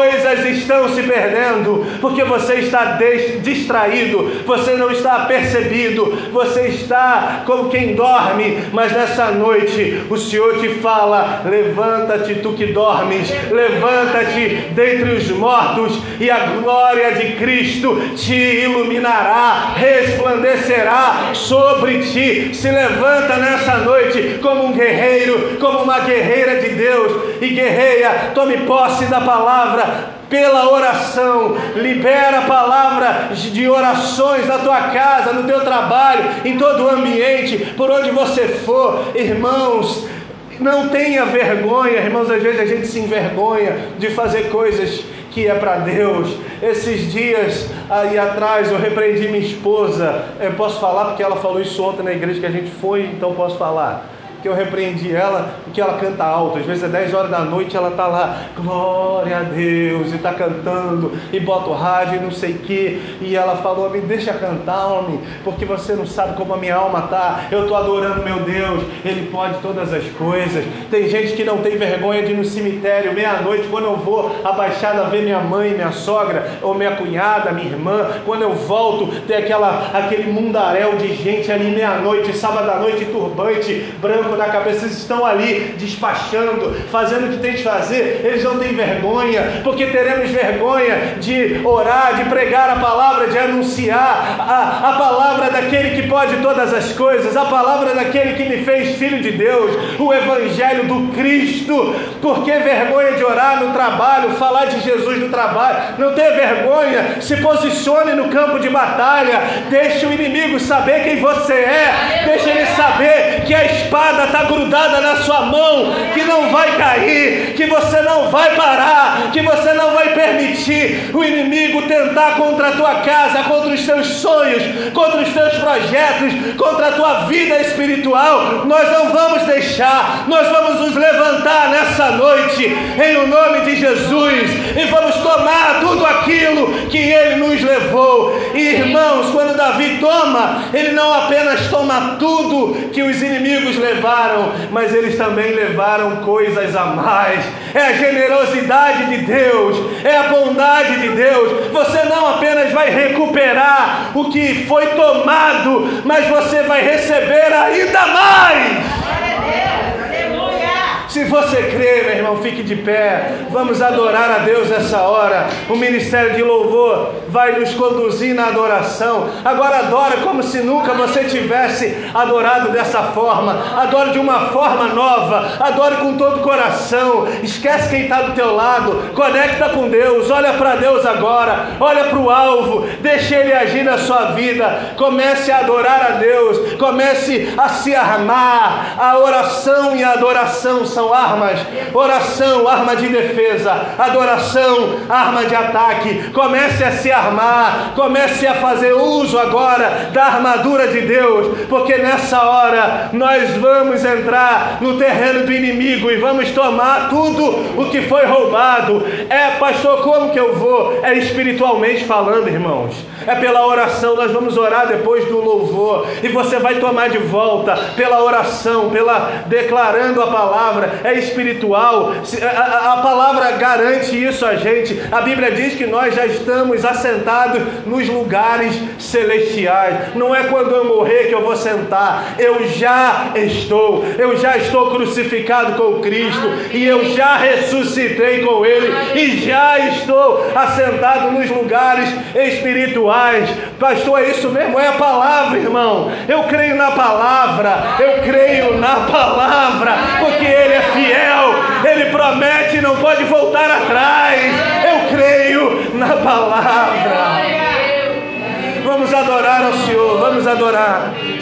porque você está distraído, você não está percebido, você está como quem dorme. Mas nessa noite o Senhor te fala, levanta-te tu que dormes, levanta-te dentre os mortos, e a glória de Cristo te iluminará, resplandecerá sobre ti. Se levanta nessa noite como um guerreiro, como uma guerreira de Deus, e guerreia, tome posse da palavra pela oração. Libera a palavra de orações na tua casa, no teu trabalho, em todo o ambiente, por onde você for. Irmãos, não tenha vergonha. Irmãos, às vezes a gente se envergonha de fazer coisas que é para Deus. Esses dias aí atrás eu repreendi minha esposa. Eu posso falar porque ela falou isso ontem na igreja que a gente foi, então posso falar. Que eu repreendi ela, porque ela canta alto. Às vezes é 10 horas da noite, ela está lá, glória a Deus, e está cantando, e bota o rádio e não sei o que, e ela falou, me deixa cantar, homem, porque você não sabe como a minha alma está. Eu estou adorando meu Deus, Ele pode todas as coisas. Tem gente que não tem vergonha de ir no cemitério, meia-noite, quando eu vou à Baixada ver minha mãe, minha sogra, ou minha cunhada, minha irmã, quando eu volto, tem aquele mundaréu de gente ali, meia-noite, sábado à noite, turbante, branco, alegórico na cabeça, eles estão ali despachando, fazendo o que tem de fazer, eles não têm vergonha, porque teremos vergonha de orar, de pregar a palavra, de anunciar a palavra daquele que pode todas as coisas, a palavra daquele que me fez filho de Deus, o evangelho do Cristo. Por que vergonha de orar no trabalho, falar de Jesus no trabalho? Não tenha vergonha, se posicione no campo de batalha, deixe o inimigo saber quem você é, deixe ele saber que a espada está grudada na sua mão, que não vai cair, que você não vai parar, que você não vai permitir o inimigo tentar contra a tua casa, contra os teus sonhos, contra os teus projetos, contra a tua vida espiritual. Nós não vamos deixar, nós vamos nos levantar nessa noite em o nome de Jesus e vamos tomar tudo aquilo que ele nos levou. E irmãos, quando Davi toma, ele não apenas toma tudo que os inimigos levaram, mas eles também levaram coisas a mais. É a generosidade de Deus, é a bondade de Deus. Você não apenas vai recuperar o que foi tomado, mas você vai receber ainda mais. Se você crê, meu irmão, fique de pé. Vamos adorar a Deus nessa hora. O ministério de louvor vai nos conduzir na adoração. Agora adora como se nunca você tivesse adorado dessa forma. Adore de uma forma nova. Adore com todo o coração. Esquece quem está do teu lado. Conecta com Deus. Olha para Deus agora. Olha para o alvo. Deixe Ele agir na sua vida. Comece a adorar a Deus. Comece a se armar. A oração e a adoração são armas. Oração, arma de defesa. Adoração, arma de ataque. Comece a se armar. Comece a fazer uso agora da armadura de Deus, porque nessa hora nós vamos entrar no terreno do inimigo e vamos tomar tudo o que foi roubado. Pastor, como que eu vou? É espiritualmente falando, irmãos. É pela oração. Nós vamos orar depois do louvor e você vai tomar de volta pela oração, pela declarando a palavra. É espiritual. A palavra garante isso a gente. A Bíblia diz que nós já estamos assentados nos lugares celestiais. Não é quando eu morrer que eu vou sentar. Eu já estou crucificado com Cristo e eu já ressuscitei com Ele e já estou assentado nos lugares espirituais. Pastor, é isso mesmo? É a palavra, irmão. Eu creio na palavra. Eu creio na palavra, porque Ele é fiel. Ele promete e não pode voltar atrás. Eu creio na palavra. Vamos adorar ao Senhor. Vamos adorar.